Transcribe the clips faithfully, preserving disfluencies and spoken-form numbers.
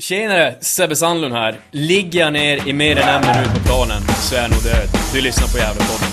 Tjenare, Sebbe Sandlund här. Ligger jag ner i mer än en minut på planen så är jag nog död. Du lyssnar på Gävlepodden.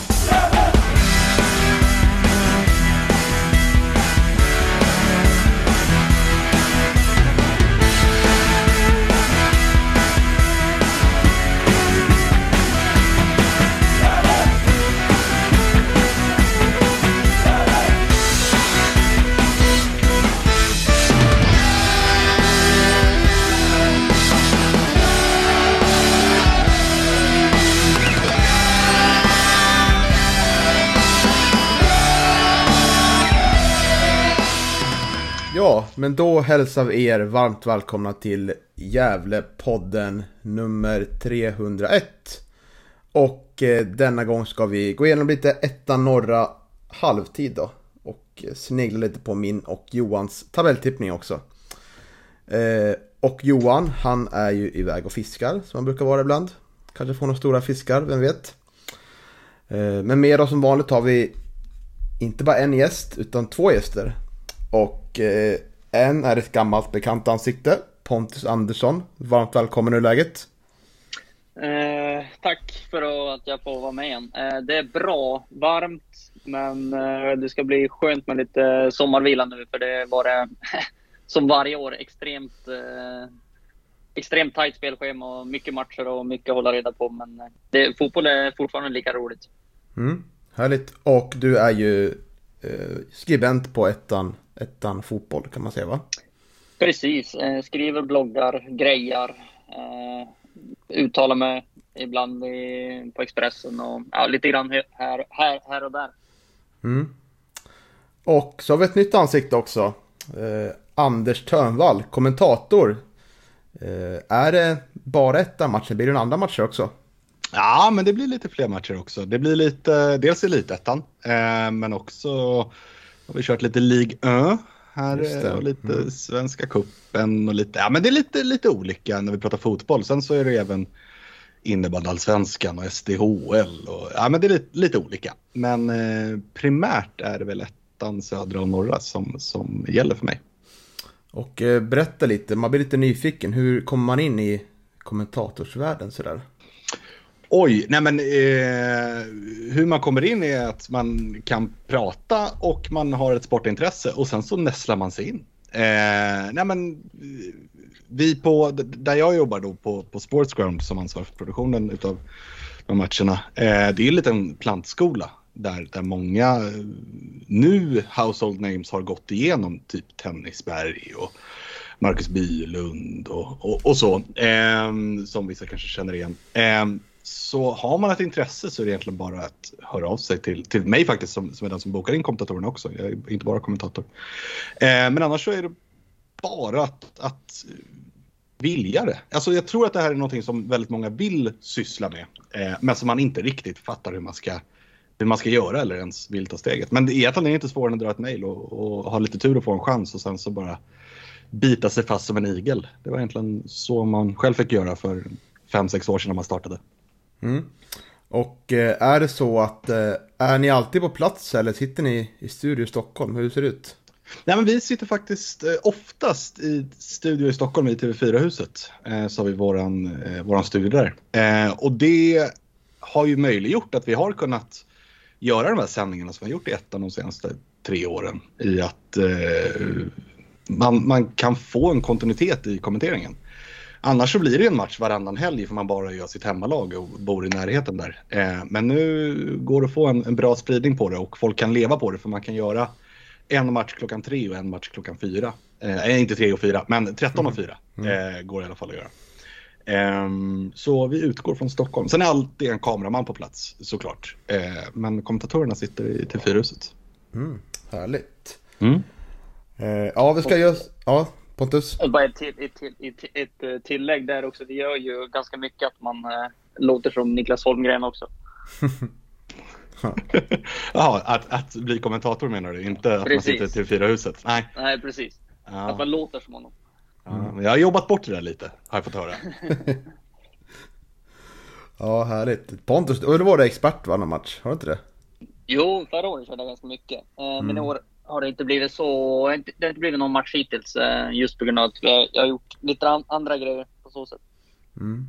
Ja, men då hälsar vi er varmt välkomna till Gävlepodden nummer trehundraett. Och eh, denna gång ska vi gå igenom lite ettan norra halvtid då. Och snegla lite på min och Johans tabelltippning också. Eh, och Johan, han är ju iväg och fiskar, som han brukar vara ibland. Kanske får några stora fiskar, vem vet. Eh, men med oss som vanligt har vi inte bara en gäst, utan två gäster. Och eh, en är ett gammalt bekant ansikte, Pontus Andersson. Varmt välkommen i läget. Eh, tack för att jag får vara med igen. Eh, det är bra, varmt, men eh, det ska bli skönt med lite sommarvila nu. För det var det, som varje år, extremt, eh, extremt tajt spelschema och mycket matcher och mycket att hålla reda på. Men det, fotboll är fortfarande lika roligt. Mm, härligt. Och du är ju eh, skribent på ettan, ettan fotboll, kan man säga, va? Precis, eh, skriver bloggar, grejar, eh, uttalar mig ibland i, på Expressen och ja, lite grann här, här, här och där. Mm. Och så har vi ett nytt ansikte också. Eh, Anders Törnvall, kommentator. Eh, är det bara ettan matcher? Blir det en andra matcher också? Ja, men det blir lite fler matcher också. Det blir lite, dels Elitettan, eh, men också har vi kört lite Ligue ett här och lite mm. Svenska cupen och lite, ja men det är lite, lite olika när vi pratar fotboll. Sen så är det även innebandyallsvenskan och S D H L och ja men det är lite, lite olika. Men eh, primärt är det väl ettan, södra och norra som, som gäller för mig. Och eh, berätta lite, man blir lite nyfiken. Hur kommer man in i kommentatorsvärlden sådär? Oj, nej men eh, hur man kommer in är att man kan prata och man har ett sportintresse och sen så näslar man sig in. Eh, nej men vi på, där jag jobbar då på, på Sportsground som ansvarar för produktionen utav de matcherna. Eh, det är en liten plantskola där, där många nu household names har gått igenom, typ Tennisberg och Marcus Bylund och, och, och så, eh, som vissa kanske känner igen. Eh, Så har man ett intresse så är det egentligen bara att höra av sig till, till mig faktiskt som, som är den som bokar in kommentatorerna också. Jag är inte bara kommentator. Eh, men annars så är det bara att, att vilja det. Alltså jag tror att det här är någonting som väldigt många vill syssla med. Eh, men som man inte riktigt fattar hur man ska, hur man ska göra eller ens vill ta steget. Men det är egentligen inte svårare än att dra ett mejl och, och ha lite tur och få en chans och sen så bara bita sig fast som en igel. Det var egentligen så man själv fick göra för fem sex år sedan när man startade. Mm. Och eh, är det så att eh, är ni alltid på plats eller sitter ni i studio i Stockholm? Hur ser det ut? Nej, men vi sitter faktiskt eh, oftast i studio i Stockholm i T V fyra-huset. Eh, så har vi våran, eh, våran studio där. Eh, och det har ju möjliggjort att vi har kunnat göra de här sändningarna som vi har gjort i ettan de senaste tre åren. I att eh, man, man kan få en kontinuitet i kommenteringen. Annars så blir det en match varannan helg för man bara gör sitt hemmalag och bor i närheten där. Eh, men nu går det att få en, en bra spridning på det och folk kan leva på det för man kan göra en match klockan tre och en match klockan fyra. Eh, inte tre och fyra, men tretton och fyra eh, går i alla fall att göra. Eh, så vi utgår från Stockholm. Sen är alltid en kameraman på plats såklart. Eh, men kommentatorerna sitter i T fyra-huset. Mm, härligt. Mm. Eh, ja, vi ska göra... Ja. Pontus? Bara ett, till, ett, till, ett, ett tillägg där också. Det gör ju ganska mycket att man äh, låter som Niklas Holmgren också. Jaha, att, att bli kommentator menar du? Inte att precis. Man sitter till fyra-huset? Nej, Nej precis. Ja. Att man låter som honom. Ja, jag har jobbat bort det där lite, har jag fått höra. Ja, härligt. Pontus, du var du expert va, någon match? Har du inte det? Jo, förra året körde jag ganska mycket. Eh, mm. Men i år har det inte blivit så, det har inte blivit någon match hittills, just på grund av att jag har gjort lite andra grejer på så sätt. Mm.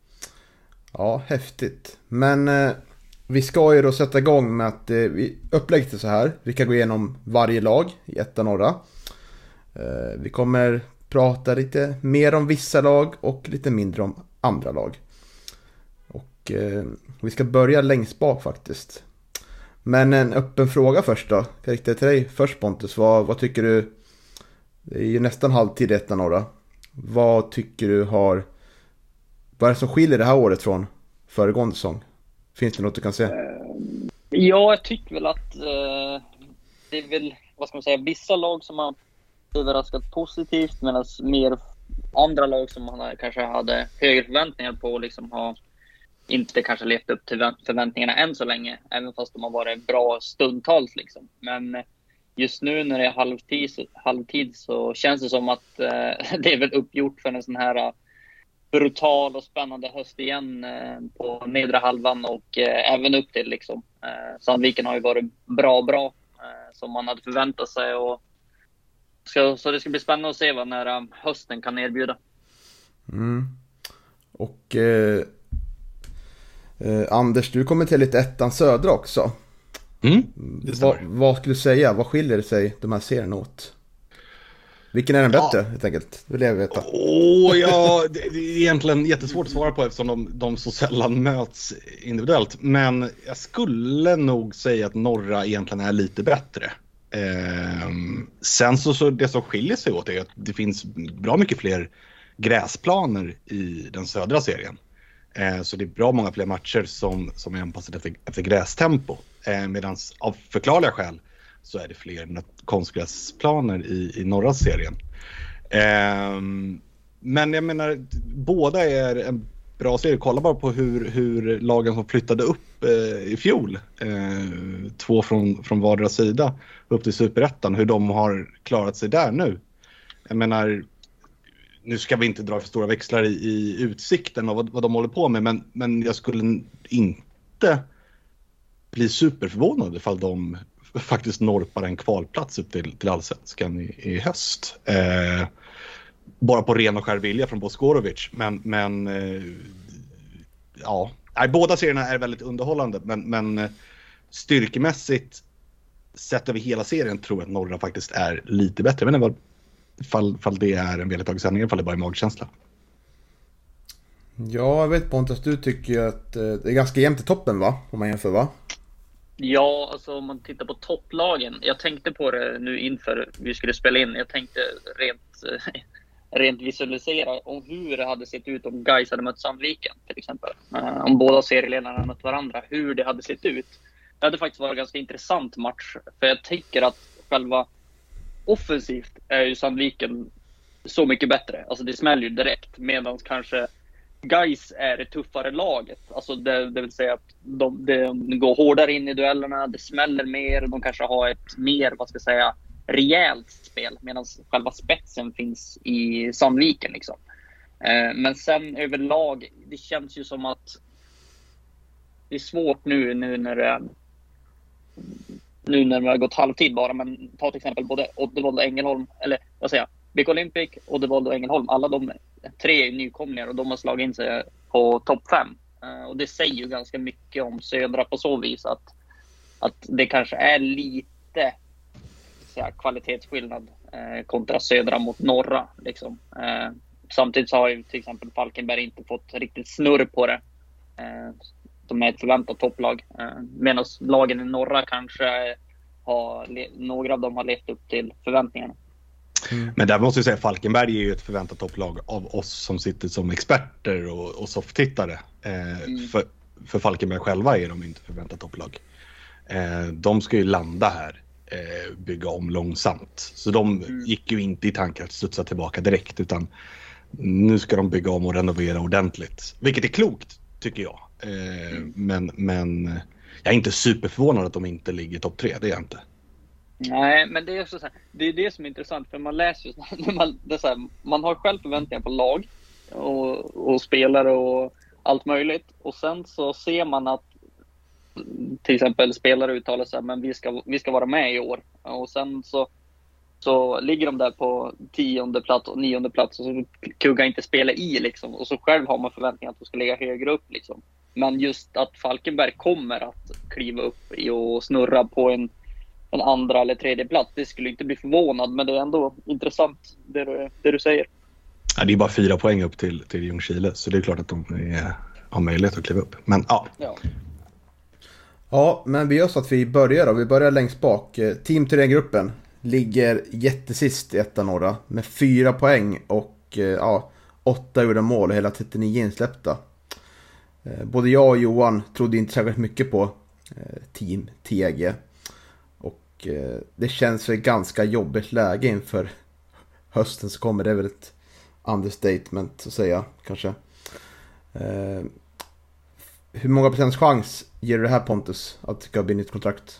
Ja, häftigt. Men eh, vi ska ju då sätta igång med att eh, vi upplägger det så här. Vi kan gå igenom varje lag i etta norra. Eh, vi kommer prata lite mer om vissa lag och lite mindre om andra lag. Och eh, vi ska börja längst bak faktiskt. Men en öppen fråga först då. Jag riktar till dig först, Pontus. Vad, vad tycker du? Det är ju nästan halvtid i etta norra. Vad tycker du har... Vad är det som skiljer det här året från föregående säsong? Finns det något du kan säga? Ja, jag tycker väl att eh, det är väl, vad ska man säga, vissa lag som har överraskat positivt, medan mer andra lag som man kanske hade högre förväntningar på liksom har inte kanske levt upp till förväntningarna än så länge, även fast de har varit bra stundtals liksom. Men just nu när det är halvtid, halvtid så känns det som att eh, det är väl uppgjort för en sån här brutal och spännande höst igen eh, på nedre halvan och eh, även upp till liksom. Eh, Sandviken har ju varit bra bra eh, som man hade förväntat sig, och så, så det ska bli spännande att se vad den här hösten kan erbjuda. Mm. Och eh, eh, Anders, du kommer till lite ettan södra också. Mm, Va, vad skulle du säga? Vad skiljer det sig de här serierna åt? Vilken är den bättre, ja. helt enkelt? Det vill jag veta. Åh, ja, det är egentligen jättesvårt att svara på eftersom de, de så sällan möts individuellt. Men jag skulle nog säga att norra egentligen är lite bättre. Eh, sen så, så det som skiljer sig åt är att det finns bra mycket fler gräsplaner i den södra serien. Eh, så det är bra många fler matcher som, som är anpassade efter, efter grästempo. Eh, Medan av förklarliga skäl så är det fler konstgräsplaner i, i norra serien. Eh, men jag menar, båda är en bra serie. Kolla bara på hur, hur lagen som flyttade upp eh, i fjol, eh, två från, från vardera sida upp till Superettan, hur de har klarat sig där nu. Jag menar, nu ska vi inte dra för stora växlar i, i utsikten och vad, vad de håller på med, men, men jag skulle inte bli superförvånad ifall de faktiskt norpar en kvalplats upp till, till Allsvenskan i, i höst. Eh, bara på ren och skär vilja från Boskorovic. Men, men eh, ja, nej, båda serierna är väldigt underhållande. Men, men styrkemässigt sett över hela serien tror jag att norra faktiskt är lite bättre. Men vad, fall, fall det är en väldigt tagsändning, fall det bara är magkänsla. Ja, jag vet Pontus, du tycker ju att eh, det är ganska jämnt i toppen, va? Om man jämför, va? Ja, alltså om man tittar på topplagen. Jag tänkte på det nu inför vi skulle spela in. Jag tänkte rent, rent visualisera om hur det hade sett ut om Gais hade mött Sandviken till exempel. Uh, om båda serieledarna hade mött varandra. Hur det hade sett ut. Det hade faktiskt varit en ganska intressant match. För jag tycker att själva offensivt är ju Sandviken så mycket bättre. Alltså det smäller ju direkt. Medan kanske Gais är det tuffare laget. Alltså det, det vill säga att de, de går hårdare in i duellerna, det smäller mer, de kanske har ett mer, vad ska jag säga, rejält spel, medan själva spetsen finns i Sandviken liksom. Eh, men sen överlag, det känns ju som att det är svårt nu, nu när det nu när det har gått halvtid bara, men ta till exempel både Oddevold och Ängelholm, eller vad säger jag, B K Olympic, Oddevold och Ängelholm, alla de tre är nykomlingar och de har slagit in sig på topp fem. Uh, och det säger ju ganska mycket om södra på så vis att, att det kanske är lite så här, kvalitetsskillnad uh, kontra södra mot norra. Liksom. Uh, samtidigt så har ju till exempel Falkenberg inte fått riktigt snurr på det. Uh, de är ett förväntat topplag. Uh, medan lagen i norra kanske har, några av dem har levt upp till förväntningarna. Mm. Men där måste jag säga att Falkenberg är ju ett förväntat topplag av oss som sitter som experter och, och softtittare. Eh, mm. för, för Falkenberg själva är de inte förväntat topplag. Eh, de ska ju landa här, eh, bygga om långsamt. Så de mm. gick ju inte i tankar att studsa tillbaka direkt, utan nu ska de bygga om och renovera ordentligt. Vilket är klokt, tycker jag. Eh, mm. men, men jag är inte superförvånad att de inte ligger i topp tre, det är jag inte. Nej, men det är också så här, det är det som är intressant, för man läser ju när man, det är så här, man har själv förväntningar på lag och, och spelare och allt möjligt, och sen så ser man att till exempel spelare uttalar sig, men vi ska, vi ska vara med i år. Och sen så, så ligger de där på tionde plats och nionde plats och så kuggar inte spela i liksom. Och så själv har man förväntningar att de ska ligga högre upp liksom. Men just att Falkenberg kommer att kliva upp i och snurra på en, en andra eller tredje plats, det skulle inte bli förvånad, men det är ändå intressant det du, det du säger. Ja, det är bara fyra poäng upp till, till Ljungskile, så det är klart att de är, har möjlighet att kliva upp. Men ja. Ja. Ja, men vi gör så att vi börjar då. Vi börjar längst bak. Team tre-gruppen ligger jättesist i ettan norra med fyra poäng och ja, åtta gjorda mål och hela trettionio insläppta. Både jag och Johan trodde inte särskilt mycket på Team T G. Och det känns för ett ganska jobbigt läge inför hösten, så kommer det väl ett understatement att säga kanske. Hur många procents chans ger du det här, Pontus, att det ska bli nytt kontrakt?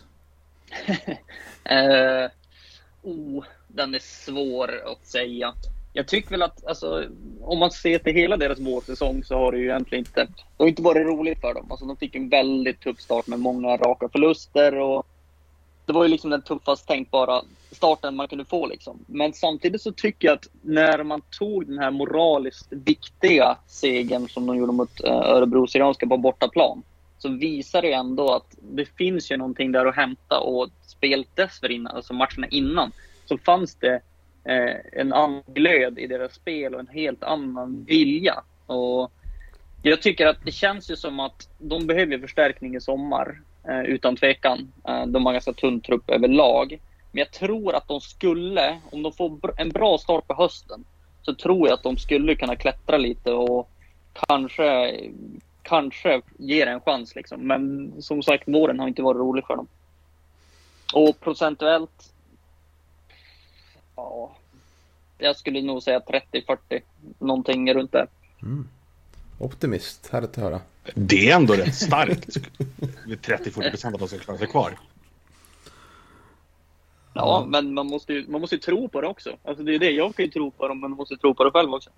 uh, oh, den är svår att säga. Jag tycker väl att alltså, om man ser till hela deras vårsäsong så har det ju egentligen inte, det har inte varit roligt för dem. Alltså, de fick en väldigt tuff start med många raka förluster och det var ju liksom den tuffast tänkbara starten man kunde få liksom. Men samtidigt så tycker jag att när man tog den här moraliskt viktiga segern som de gjorde mot Örebro Syrianska på bortaplan, så visar det ändå att det finns ju någonting där att hämta. Och spelet dessförinnan, alltså matcherna innan, så fanns det eh, en annan glöd i deras spel och en helt annan vilja. Och jag tycker att det känns ju som att de behöver förstärkning i sommar. Utan tvekan. De har ganska tunn trupp överlag. Men jag tror att de skulle, om de får en bra start på hösten, så tror jag att de skulle kunna klättra lite och kanske kanske ge en chans liksom. Men som sagt, våren har inte varit rolig för dem. Och procentuellt, ja, jag skulle nog säga trettio fyrtio, någonting runt där. Mm. Optimist, härligt att höra. Det är ändå rätt starkt. Med trettio till fyrtio procent att de ska klara sig kvar. Ja, mm. men man måste ju, man måste ju tro på det också. Alltså det är det, jag kan ju tro på dem, men man måste tro på det själv också.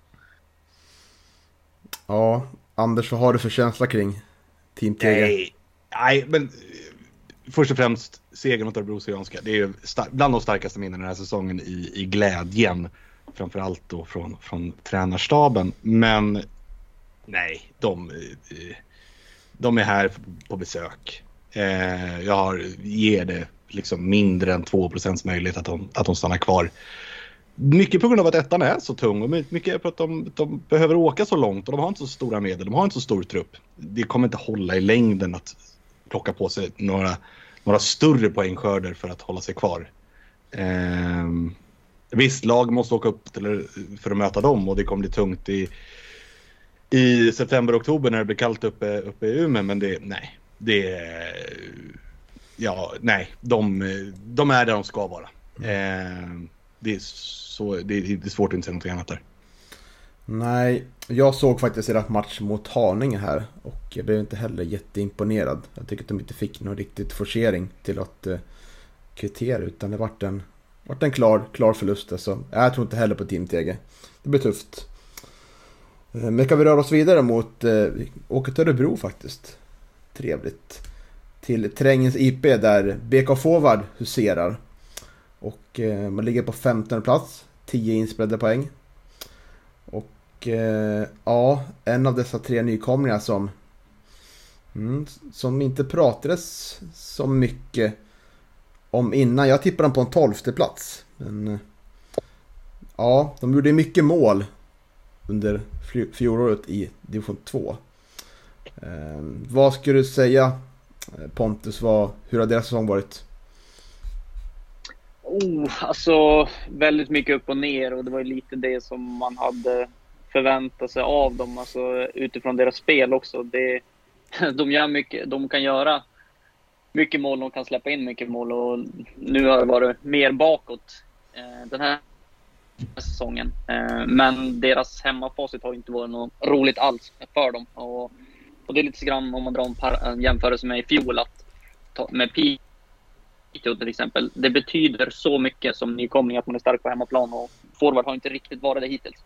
Ja, Anders, vad har du för känsla kring Team T G? Nej, nej, men först och främst segern mot Örebro Syrianska. Det är ju star- bland de starkaste minnen den här säsongen i, i glädjen. Framförallt då från, från tränarstaben. Men nej, de, de är här på besök. Eh, jag har, ger det liksom mindre än två procent möjlighet att de, att de stannar kvar. Mycket på grund av att ettan är så tung och mycket på att de, de behöver åka så långt och de har inte så stora medel, de har inte så stor trupp. Det kommer inte hålla i längden att plocka på sig några, några större poängskörder för att hålla sig kvar. Eh, visst, lag måste åka upp till, för att möta dem och det kommer bli tungt i i september och oktober när det blir kallt uppe, uppe i Umeå, men det, nej, det är, ja, nej, de, de är där de ska vara. Eh, det, är så, det, det är svårt att inte säga något annat där. Nej, jag såg faktiskt deras match mot Haninge här och jag blev inte heller jätteimponerad. Jag tycker att de inte fick någon riktigt forcering till att eh, kvittera, utan det vart en, vart en klar, klar förlust. Så jag tror inte heller på Team T G. Det blir tufft. Men kan vi röra oss vidare mot eh, åka till Örebro faktiskt. Trevligt. Till Trängens I P där B K Forward huserar. Och eh, man ligger på femtonde plats. tio inspelade poäng. Och eh, ja, en av dessa tre nykomlingar som mm, som inte pratades så mycket om innan. Jag tippade dem på en tolfte plats. Men eh, ja, de gjorde mycket mål under fjolåret i division två. Eh, vad skulle du säga, Pontus, vad, hur har deras säsong varit? Oh, alltså väldigt mycket upp och ner, och det var lite det som man hade förväntat sig av dem, alltså utifrån deras spel också. Det, de gör mycket, de kan göra mycket mål, de kan släppa in mycket mål, och nu har det varit mer bakåt eh, den här säsongen. Eh, men deras hemmafacit har inte varit något roligt alls för dem, och, och det är lite grann om man drar en, par, en jämförelse med i fjol, att ta, med Piteå till exempel. Det betyder så mycket som nykomling att man är stark på hemmaplan, och forward har inte riktigt varit det hittills.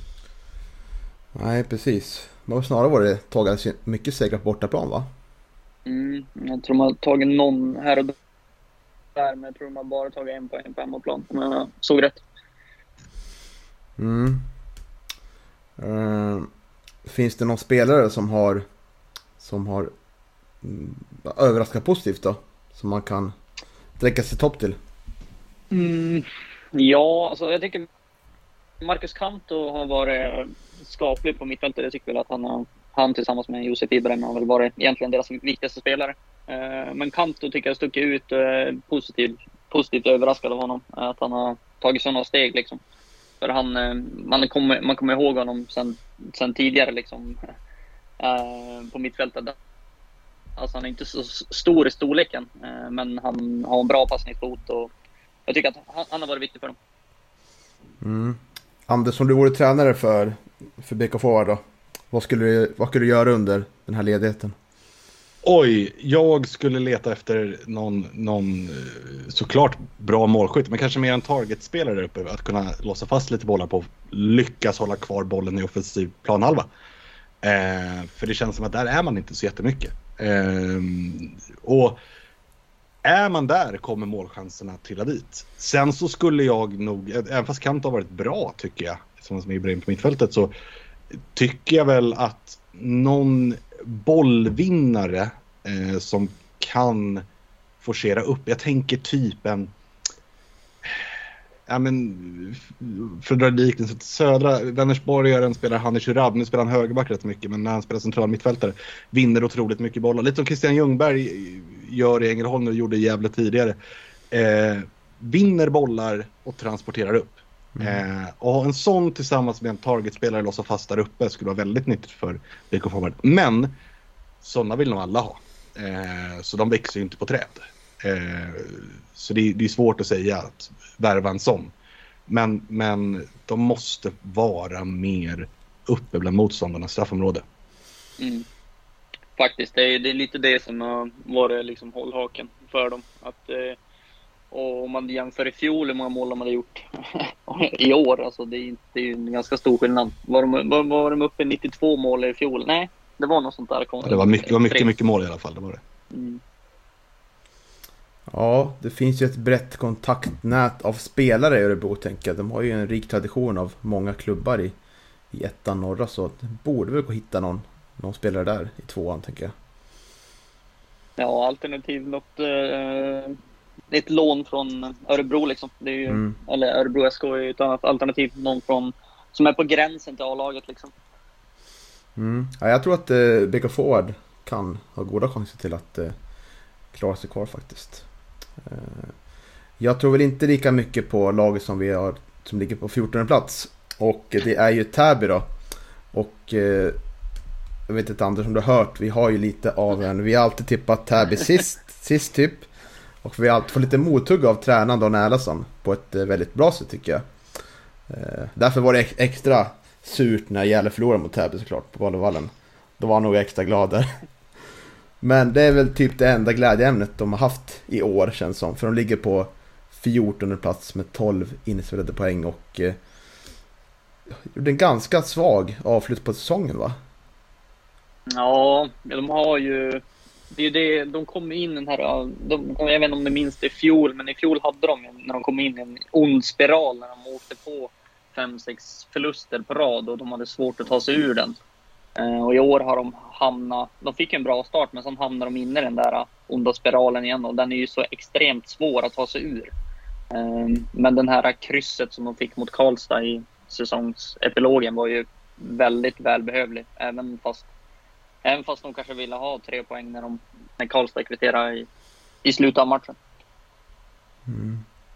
Nej, precis. Man har snarare varit tagit mycket säkert på bortaplan, va? Mm, jag tror man har tagit någon här och där, men jag tror man bara tagit en poäng på hemmaplan om jag såg rätt. Mm. Uh, finns det någon spelare som har som har mm, överraskat positivt då? Som man kan sträcka sig topp till? Mm, ja, alltså jag tycker Marcus Kanto har varit skaplig på mittfältet. Jag tycker väl att han, har, han tillsammans med Josef Ibrahim har väl varit egentligen deras viktigaste spelare. Uh, men Kanto tycker jag stuckit ut uh, positivt, positivt överraskad av honom. Uh, att han har tagit sådana steg liksom. För han, man kommer, man kommer ihåg honom sen, sen tidigare liksom, uh, på mittfältet. Alltså han är inte så stor i storleken, uh, men han har en bra passningsfot och jag tycker att han, han har varit viktig för dem. Mm. Anders, om du vore tränare för, för B K Forward då, vad skulle, du, vad skulle du göra under den här ledigheten? Oj, jag skulle leta efter någon, någon såklart bra målskytt, men kanske mer en targetspelare där uppe. Att kunna låsa fast lite bollar på, lyckas hålla kvar bollen i offensiv planhalva. Eh, för det känns som att där är man inte så jättemycket. Eh, och är man där kommer målchanserna trilla dit. Sen så skulle jag nog, även fast Kant har varit bra tycker jag, som som Ibrahim på mittfältet, så tycker jag väl att någon bollvinnare eh, som kan forcera upp. Jag tänker typ en ja men för att dra liknelse till södra Vänersborgaren spelar Hannes Jurab, nu spelar han högerback rätt mycket, men när han spelar central mittfältare vinner otroligt mycket bollar. Lite som Christian Ljungberg gör i Ängelholm och gjorde jävla tidigare. Eh, vinner bollar och transporterar upp. Mm. Eh, och en sån tillsammans med en targetspelare låsa fast där uppe skulle vara väldigt nyttigt för B K Forward. Men sådana vill nog alla ha. Eh, så de växer ju inte på träd. Eh, så det, det är svårt att säga att värva en sån. Men, men de måste vara mer uppe bland motståndarnas straffområde. Mm. Faktiskt, det är, det är lite det som har varit liksom hållhaken för dem. Att, eh, och om man jämför i fjol hur många mål de hade gjort i år, alltså det är, det är en ganska stor skillnad. Var de, var, var de uppe nittiotvå mål i fjol? Nej, det var något sånt där. Ja, det var mycket, det var mycket, mycket mål i alla fall, det var det. Mm. Ja, det finns ju ett brett kontaktnät av spelare i Örebro, tänker jag. De har ju en rik tradition av många klubbar i, i ettan norra, så det borde väl gå att hitta någon, någon spelare där i tvåan, tänker jag. Ja, alternativ något eh, ett lån från Örebro liksom. Det är ju, mm. Eller Örebro S K är ju ett annat alternativ, någon från som är på gränsen till A-laget liksom. Mm. Ja, jag tror att eh, B K Forward kan ha goda chanser till att eh, klara sig kvar faktiskt. Eh, jag tror väl inte lika mycket på laget som vi har som ligger på fjortonde plats, och det är ju Täby då. Och eh, jag vet inte, Anders, om du har hört, vi har ju lite av en, vi har alltid tippat Täby sist, sist typ. Och vi har alltid fått lite mothugg av tränaren Don Erlandsson på ett eh, väldigt bra sätt, tycker jag. Eh, därför var det extra surt när Gävle förlorade mot Täby såklart på Vallevallen. Då var han nog extra glad där. Men det är väl typ det enda glädjeämnet de har haft i år, känns som. För de ligger på fjortonde plats med tolv inspelade poäng och eh, gjorde en ganska svag avslut på säsongen, va? Ja, de har ju det är ju det, de kom in den här de, jag vet inte om det minns i fjol, men i fjol hade de när de kom in en ond spiral när de åkte på fem sex förluster på rad och de hade svårt att ta sig ur den. Uh, och i år har de hamnat, de fick en bra start, men sen hamnar de inne i den där onda spiralen igen, och den är ju så extremt svår att ta sig ur. Uh, men den här krysset som de fick mot Karlstad i säsongsepilogen var ju väldigt välbehövlig, även fast även fast de kanske ville ha tre poäng när de när Karlstad kvitterade i, i slutet av matchen. Mm.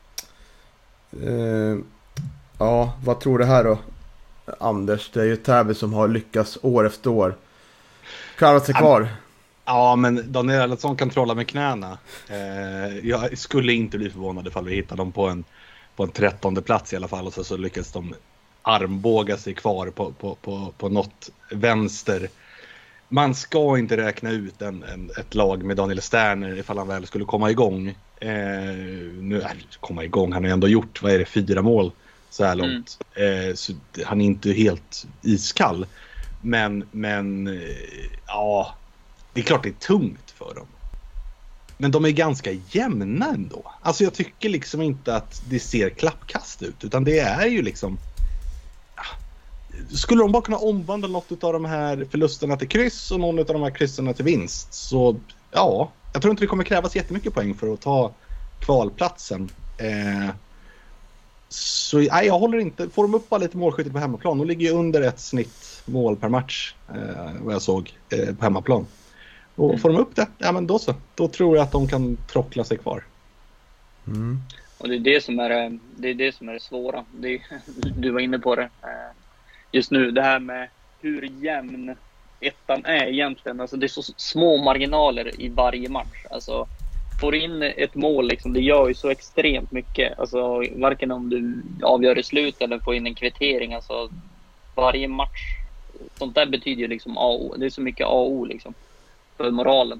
Uh, ja, vad tror du här då, Anders? Det är ju Täby som har lyckats år efter år klarat sig kvar. Ja, men Daniel Erlandsson kan trolla med knäna. Eh, jag skulle inte bli förvånad ifall vi hittar dem på en, på en trettonde plats i alla fall. Och så, så lyckas de armbåga sig kvar på, på, på, på något vänster. Man ska inte räkna ut en, en, ett lag med Daniel Sterner ifall han väl skulle komma igång. Eh, nu är komma igång, han har ändå gjort, vad är det, fyra mål så här långt. Mm. Eh, så han är inte helt iskall. Men, men ja, det är klart det är tungt för dem. Men de är ganska jämna ändå. Alltså jag tycker liksom inte att det ser klappkast ut. Utan det är ju liksom... Skulle de bara kunna omvandla något av de här förlusterna till kryss och någon av de här kryssarna till vinst, så ja, jag tror inte det kommer krävas jättemycket poäng för att ta kvalplatsen. Eh, så nej, jag håller inte. Får de upp bara lite målskyttet på hemmaplan, de ligger ju under ett snitt mål per match, eh, vad jag såg eh, på hemmaplan. Och mm. får de upp det, ja men då så. Då tror jag att de kan trockla sig kvar. Mm. Och det är det som är det, är det, som är det svåra. Det är, du var inne på det. Just nu, det här med hur jämn ettan är egentligen. Alltså det är så små marginaler i varje match. Alltså får in ett mål liksom, det gör ju så extremt mycket. Alltså varken om du avgör i slut eller får in en kvittering. Alltså varje match. Sånt där betyder ju liksom A O. Det är så mycket A O liksom. För moralen.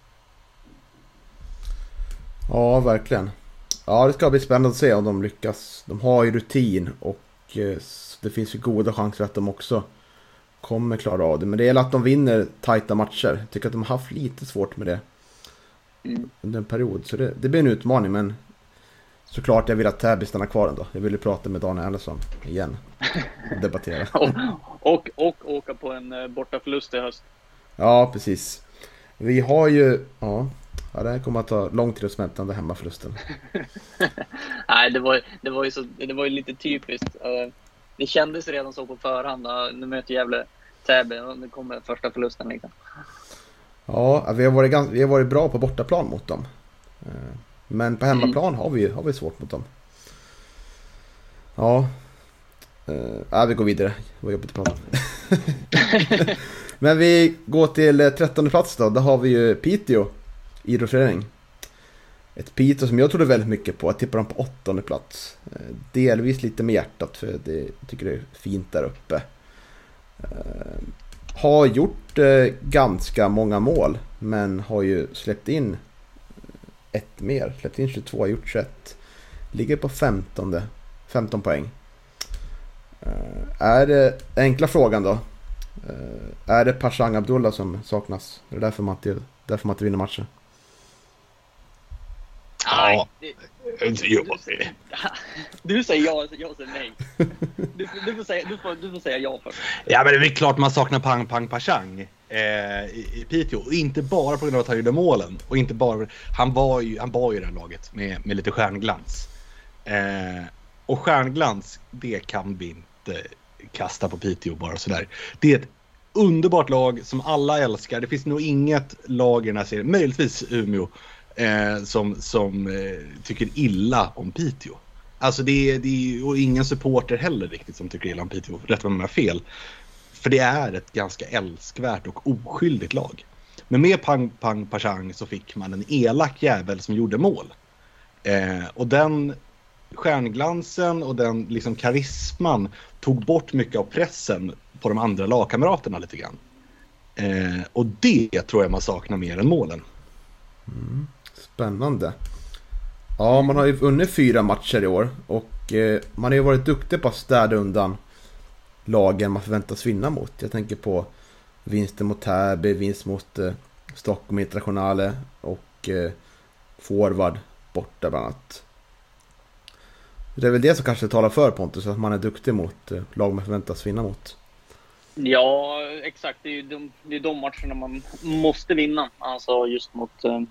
Ja, verkligen. Ja, det ska bli spännande att se om de lyckas. De har ju rutin och det finns ju goda chanser att de också kommer klara av det. Men det är att de vinner tajta matcher. Jag tycker att de har haft lite svårt med det mm. under en period. Så det, det blir en utmaning, men såklart jag vill att Täby stannar kvar ändå. Jag vill ju prata med Daniel Andersson igen och debattera. och, och, och åka på en bortaförlust i höst. Ja, precis. Vi har ju... Ja, ja det här kommer att ta lång tid att smälta den där hemmaförlusten. Nej, det var, det, var ju så, det var ju lite typiskt. Det kändes redan så på förhand. Nu möter Gävle Täby och nu kommer första förlusten liksom. Ja, vi har varit, ganska, vi har varit bra på bortaplan mot dem. Men på hemmaplan mm. har vi har vi svårt mot dem. Ja. Ja, vi går vidare. Det var jobbigt att prata. Men vi går till trettonde plats då. Där har vi ju Piteå idrottsförening. Ett Piteå som jag trodde väldigt mycket på. Jag tippar dem på åttonde plats. Delvis lite med hjärtat, för det, jag tycker det är fint där uppe. Har gjort ganska många mål, men har ju släppt in ett mer. Släppt in tjugotvå, har gjort tjugoett. Ligger på femtonde, femton poäng. Är det enkla frågan då? Är det Pashang Abdullah som saknas? Är det därför man inte, därför man inte vinner matchen? Nej, det, du, du, du säger ja, jag säger nej. Du, du, får säga, du, får, du får säga ja först. Ja, men det är klart man saknar Pang Pang Pashang eh, i, i Piteå. Och inte bara på grund av att han gjorde målen. Och inte bara, han var ju, han var ju det här laget med, med lite stjärnglans. Eh, och stjärnglans, det kan vi inte kasta på Piteå bara sådär. Det är ett underbart lag som alla älskar. Det finns nog inget lag i den här serien, möjligtvis Umeå, eh, som, som eh, tycker illa om Piteå. Alltså det är, det är, och ingen supporter heller riktigt som tycker illa om Piteå, rätt vad man har fel. För det är ett ganska älskvärt och oskyldigt lag. Men med Pang Pang Pashang så fick man en elak jävel som gjorde mål. Eh, och den stjärnglansen och den liksom karisman tog bort mycket av pressen på de andra lagkamraterna lite grann. Eh, och det tror jag man saknar mer än målen. Mm, spännande. Ja, man har ju vunnit fyra matcher i år och eh, man har ju varit duktig på att städa undan lagen man förväntas vinna mot. Jag tänker på vinsten mot Täby, vinst mot eh, Stockholm Internationale och eh, forward borta bland annat. Det är väl det som kanske talar för Pontus, att man är duktig mot eh, lag man förväntas vinna mot. Ja, exakt. Det är ju de, det är de matcherna man måste vinna. Alltså just mot eh,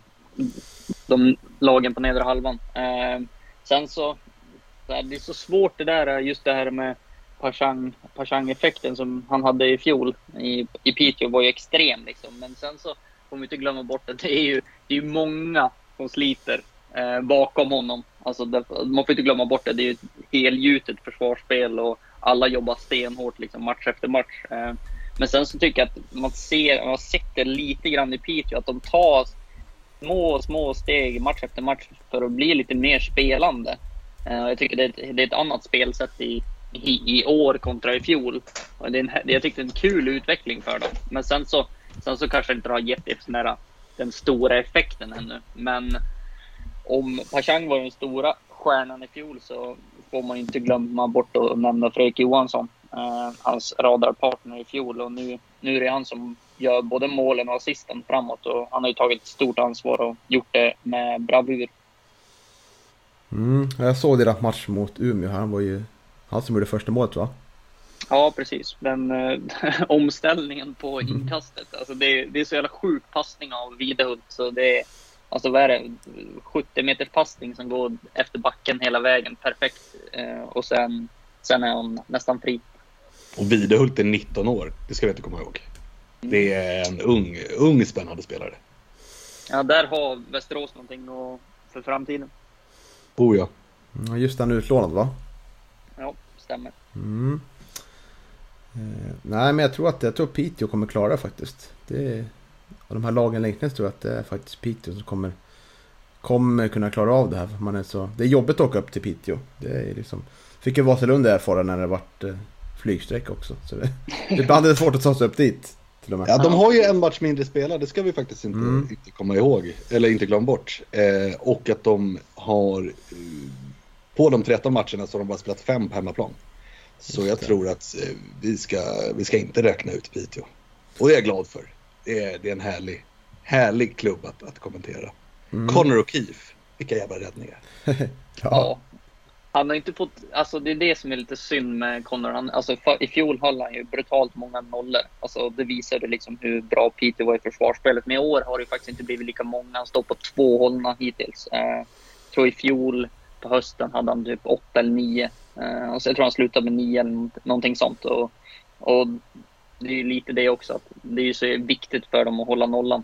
de lagen på nedre halvan. Eh, sen så, det är så svårt det där, just det här med Pashang, Pashang-effekten som han hade i fjol i, i Piteå var ju extrem liksom. Men sen så får vi inte glömma bort att det är ju, det är ju många som sliter eh, bakom honom. Alltså det, man får inte glömma bort det. Det är ju ett helgjutet försvarsspel och alla jobbar stenhårt liksom, match efter match. Eh, men sen så tycker jag att man ser, man har sett det lite grann i Piteå, att de tar små, små steg match efter match för att bli lite mer spelande. Eh, jag tycker det är, det är ett annat spelsätt i, i, i år kontra i fjol. Och det är en, det, jag tycker det är en kul utveckling för dem. Men sen så, sen så kanske det inte har gett det den stora effekten ännu. Men om Pashang var den stora stjärnan i fjol så får man inte glömma bort att nämna Fredrik Johansson. eh, hans radarpartner i fjol. Och nu, nu är det han som gör både målen och assisten framåt. Och han har ju tagit stort ansvar och gjort det med bravur. Mm, jag såg deras match mot Umeå. Han var ju han som gjorde första målet, va? Ja, precis. Den eh, omställningen på inkastet. Alltså det, det är så jävla sjuk passning av Videhult. Så det är, alltså vad är det? sjuttio meters passning som går efter backen hela vägen. Perfekt. Eh, och sen, sen är hon nästan fri. Och Videhult är nitton år. Det ska vi inte komma ihåg. Det är en ung, ung spännande spelare. Ja, där har Västerås någonting och för framtiden. Oh ja. Mm, just han utlånad, va? Ja, stämmer. Mm. Eh, nej, men jag tror att jag tror Piteå kommer klara det faktiskt. Det är, av de här lagen längst ner tror jag att det är faktiskt Piteå som kommer kommer kunna klara av det här. Man är så, det är jobbigt att åka upp till Piteå. Det är liksom, fick ju Vasalund erfara när det varit eh, flygsträck också. Så det, det är alldeles svårt att ta sig upp dit. Till och med. Ja, de har ju en match mindre spelare, det ska vi faktiskt inte, Mm. inte komma ihåg. Eller inte glömma bort. Eh, och att de har eh, på de tretton matcherna så har de bara spelat fem på hemmaplan. Så jag tror att eh, vi, ska, vi ska inte räkna ut Piteå. Och det är jag glad för. Det är, det är en härlig, härlig klubb att, att kommentera. Mm. Connor O'Keefe, vilka jävla räddningar. Ja. Ja. Han har inte fått, alltså det är det som är lite synd med Connor. Han, alltså för, i fjol höll han ju brutalt många nollor. Alltså det visade liksom hur bra Peter var i försvarsspelet. Men i år har det faktiskt inte blivit lika många. Han står på två hållna hittills. Eh, jag tror i fjol på hösten hade han typ åtta eller nio. Eh, och så jag tror han slutade med nio eller någonting sånt. Och, och det är ju lite det också. Att det är ju så viktigt för dem att hålla nollan.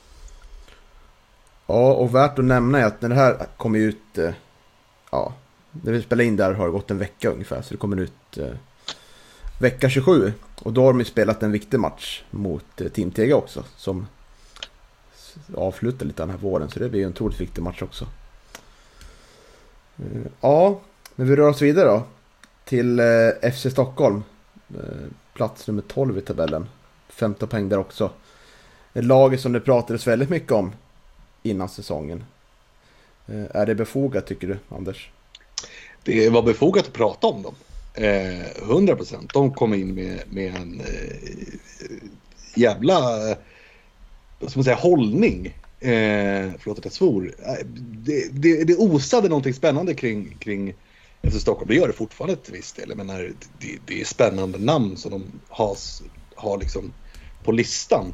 Ja, och värt att nämna är att när det här kommer ut, eh, ja, när vi spelar in där har det gått en vecka ungefär, så det kommer ut eh, vecka tjugosju, och då har de ju spelat en viktig match mot eh, Team Tega också, som avslutar lite den här våren, så det blir ju en otroligt viktig match också. Eh, ja, men vi rör oss vidare då till eh, F C Stockholm, eh, plats nummer tolv i tabellen, femton poäng där också. Ett lag som det pratades väldigt mycket om innan säsongen. Eh, är det befogat, tycker du, Anders? Det var befogat att prata om dem. Eh, hundra procent. De kom in med, med en eh, jävla eh, vad ska man säga, hållning. Eh, förlåt att jag svor. Eh, det, det, det osade någonting spännande kring, kring F C Stockholm. Det gör det fortfarande till viss del. Jag menar, det, det är spännande namn som de har, har liksom på listan.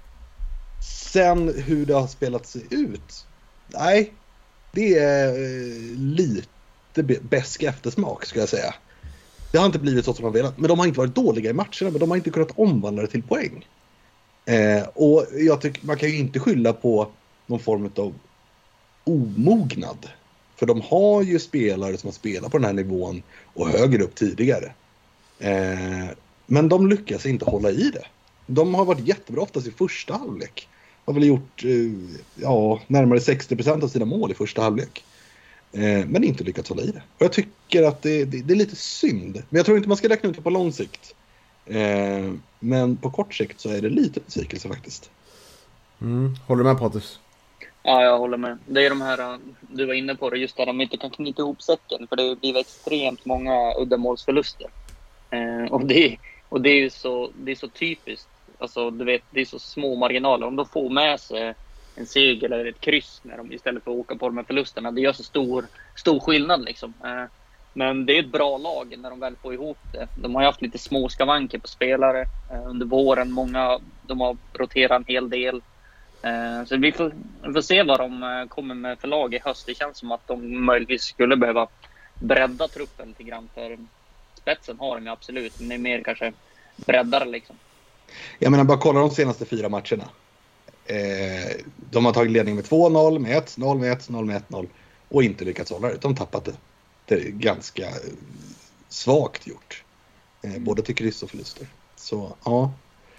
Sen hur det har spelat sig ut. Nej, det är eh, lite bäsk eftersmak, ska jag säga. Det har inte blivit så som man velat. Men de har inte varit dåliga i matcherna. Men de har inte kunnat omvandla det till poäng. Eh, och jag tycker man kan ju inte skylla på någon form av omognad. För de har ju spelare som har spelat på den här nivån och högre upp tidigare. Eh, men de lyckas inte hålla i det. De har varit jättebra oftast i första halvlek. Har väl gjort eh, ja, närmare sextio procent av sina mål i första halvlek. Eh, men inte lyckats hålla i det. Och jag tycker att det, det, det är lite synd. Men jag tror inte man ska räkna ut det på lång sikt. Eh, men på kort sikt så är det lite besvikelse faktiskt. Mm. Håller du med, Pontus? Ja, jag håller med. Det är de här, du var inne på det, just där de inte kan knyta ihop säcken. För det blir extremt många uddamålsförluster. Eh, och, det, och det är ju så, det är så typiskt. Alltså, du vet, det är så små marginaler. Om de får med sig en seger eller ett kryss när de istället för att åka på de här förlusterna, det gör så stor, stor skillnad liksom. Eh, men det är ett bra lag när de väl får ihop det. De har ju haft lite små skavanker på spelare eh, under våren. Många, de har roterat en hel del. Eh, så vi får, vi får se vad de eh, kommer med för lag i höst. Det känns som att de möjligtvis skulle behöva bredda truppen lite grann. För spetsen har de ju absolut, men det är mer kanske breddare liksom. Jag menar, bara kolla de senaste fyra matcherna. Eh, de har tagit ledning med två noll, med ett noll, med ett noll, med ett noll. Och inte lyckats hålla det. De tappat det. Det är ganska svagt gjort. Eh, både till kryss och förluster. Så, ja.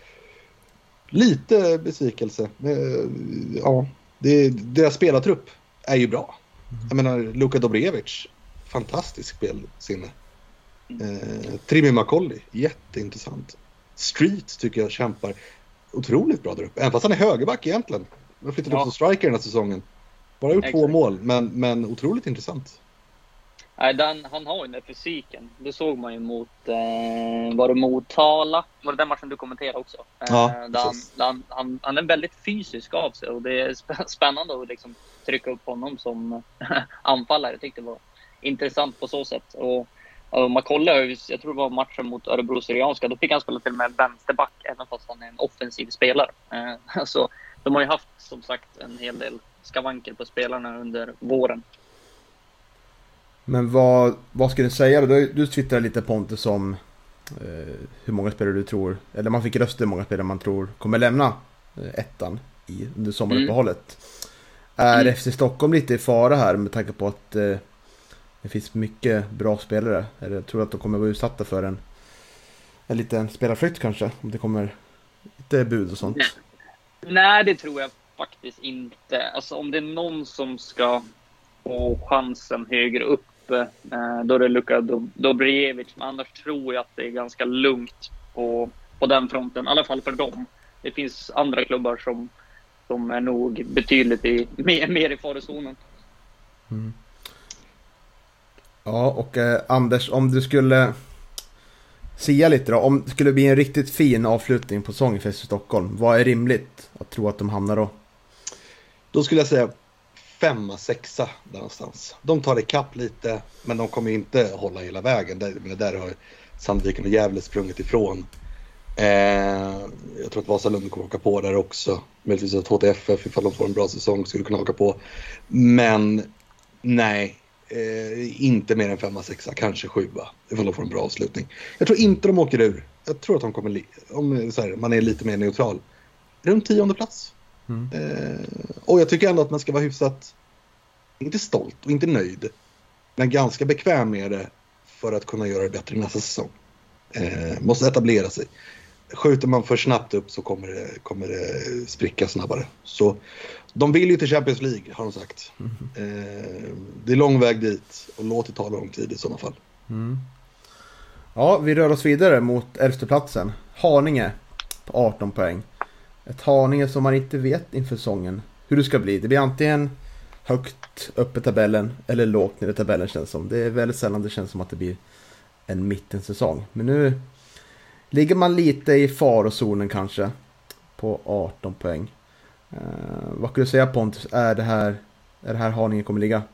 Lite besvikelse. Eh, ja. Det, deras spelartrupp är ju bra. Jag menar, Luka Dobrevic. Fantastisk spelsinne. Eh, Trimi Macaulay. Jätteintressant. Street tycker jag kämpar otroligt bra där uppe. Även fast han är högerback egentligen. Han har flyttat Ja. upp som striker den här säsongen. Bara gjort Exakt. två mål, men, men otroligt intressant. Nej, den, han har ju den där fysiken. Det såg man ju mot, eh, var det Motala? Var det den matchen du kommenterade också? Eh, Ja, där han, där han, han, han är väldigt fysisk av sig och det är sp- spännande att liksom trycka upp honom som anfallare. Jag tyckte det var intressant på så sätt. Och, och man kollar, jag tror det var matchen mot Örebro Syrianska, då fick han spela till med vänsterback även fast han är en offensiv spelare. Eh, så de har ju haft som sagt en hel del skavanker på spelarna under våren. Men vad, vad ska du säga då? Du, du twittrade lite Pontus om eh, hur många spelare du tror, eller man fick rösta hur många spelare man tror kommer lämna eh, ettan i, under sommaruppehållet. Mm. Är Mm. F C Stockholm lite i fara här med tanke på att eh, det finns mycket bra spelare? Eller jag tror att de kommer vara utsatta för en, en liten spelarflykt kanske, om det kommer lite bud och sånt. Nej. Nej, det tror jag faktiskt inte. Alltså om det är någon som ska få chansen högre upp, eh, då är det Luka Dobrjevic. Men annars tror jag att det är ganska lugnt på, på den fronten. I alla fall för dem. Det finns andra klubbar som, som är nog betydligt i, mer, mer i farozonen. Mm. Ja, och eh, Anders, om du skulle sia lite då, om det skulle bli en riktigt fin avslutning på säsongen för F C Stockholm, vad är rimligt att tro att de hamnar då? Då skulle jag säga femma, sexa där någonstans. De tar det kapp lite, men de kommer inte hålla hela vägen. Där, men där har Sandviken och Gävle sprungit ifrån. Eh, jag tror att Vasalund kommer åka på där också. Möjligtvis att H T F F, ifall de får en bra säsong, skulle kunna åka på. Men nej, eh, inte mer än femma, sexa, kanske sjua. Ifall de får en bra avslutning. Jag tror inte de åker ur. Jag tror att de kommer, li- om så här, man är lite mer neutral, runt tionde plats. Mm. Eh, och jag tycker ändå att man ska vara hyfsat, inte stolt och inte nöjd, men ganska bekväm med det för att kunna göra det bättre nästa säsong. Eh, måste etablera sig. Skjuter man för snabbt upp så kommer det, kommer det spricka snabbare. Så de vill ju till Champions League, har de sagt. Mm. Eh, det är lång väg dit och låt det ta lång tid i sådana fall. Mm. Ja, vi rör oss vidare mot elfte platsen. Haninge på arton poäng. Ett Haninge som man inte vet inför säsongen hur det ska bli. Det blir antingen högt upp i tabellen eller lågt ner i tabellen, känns som. Det är väldigt sällan det känns som att det blir en mittensäsong. Men nu ligger man lite i farozonen kanske på arton poäng. Uh, vad skulle du säga, Pontus? Är det här, är det här Haninge kommer ligga?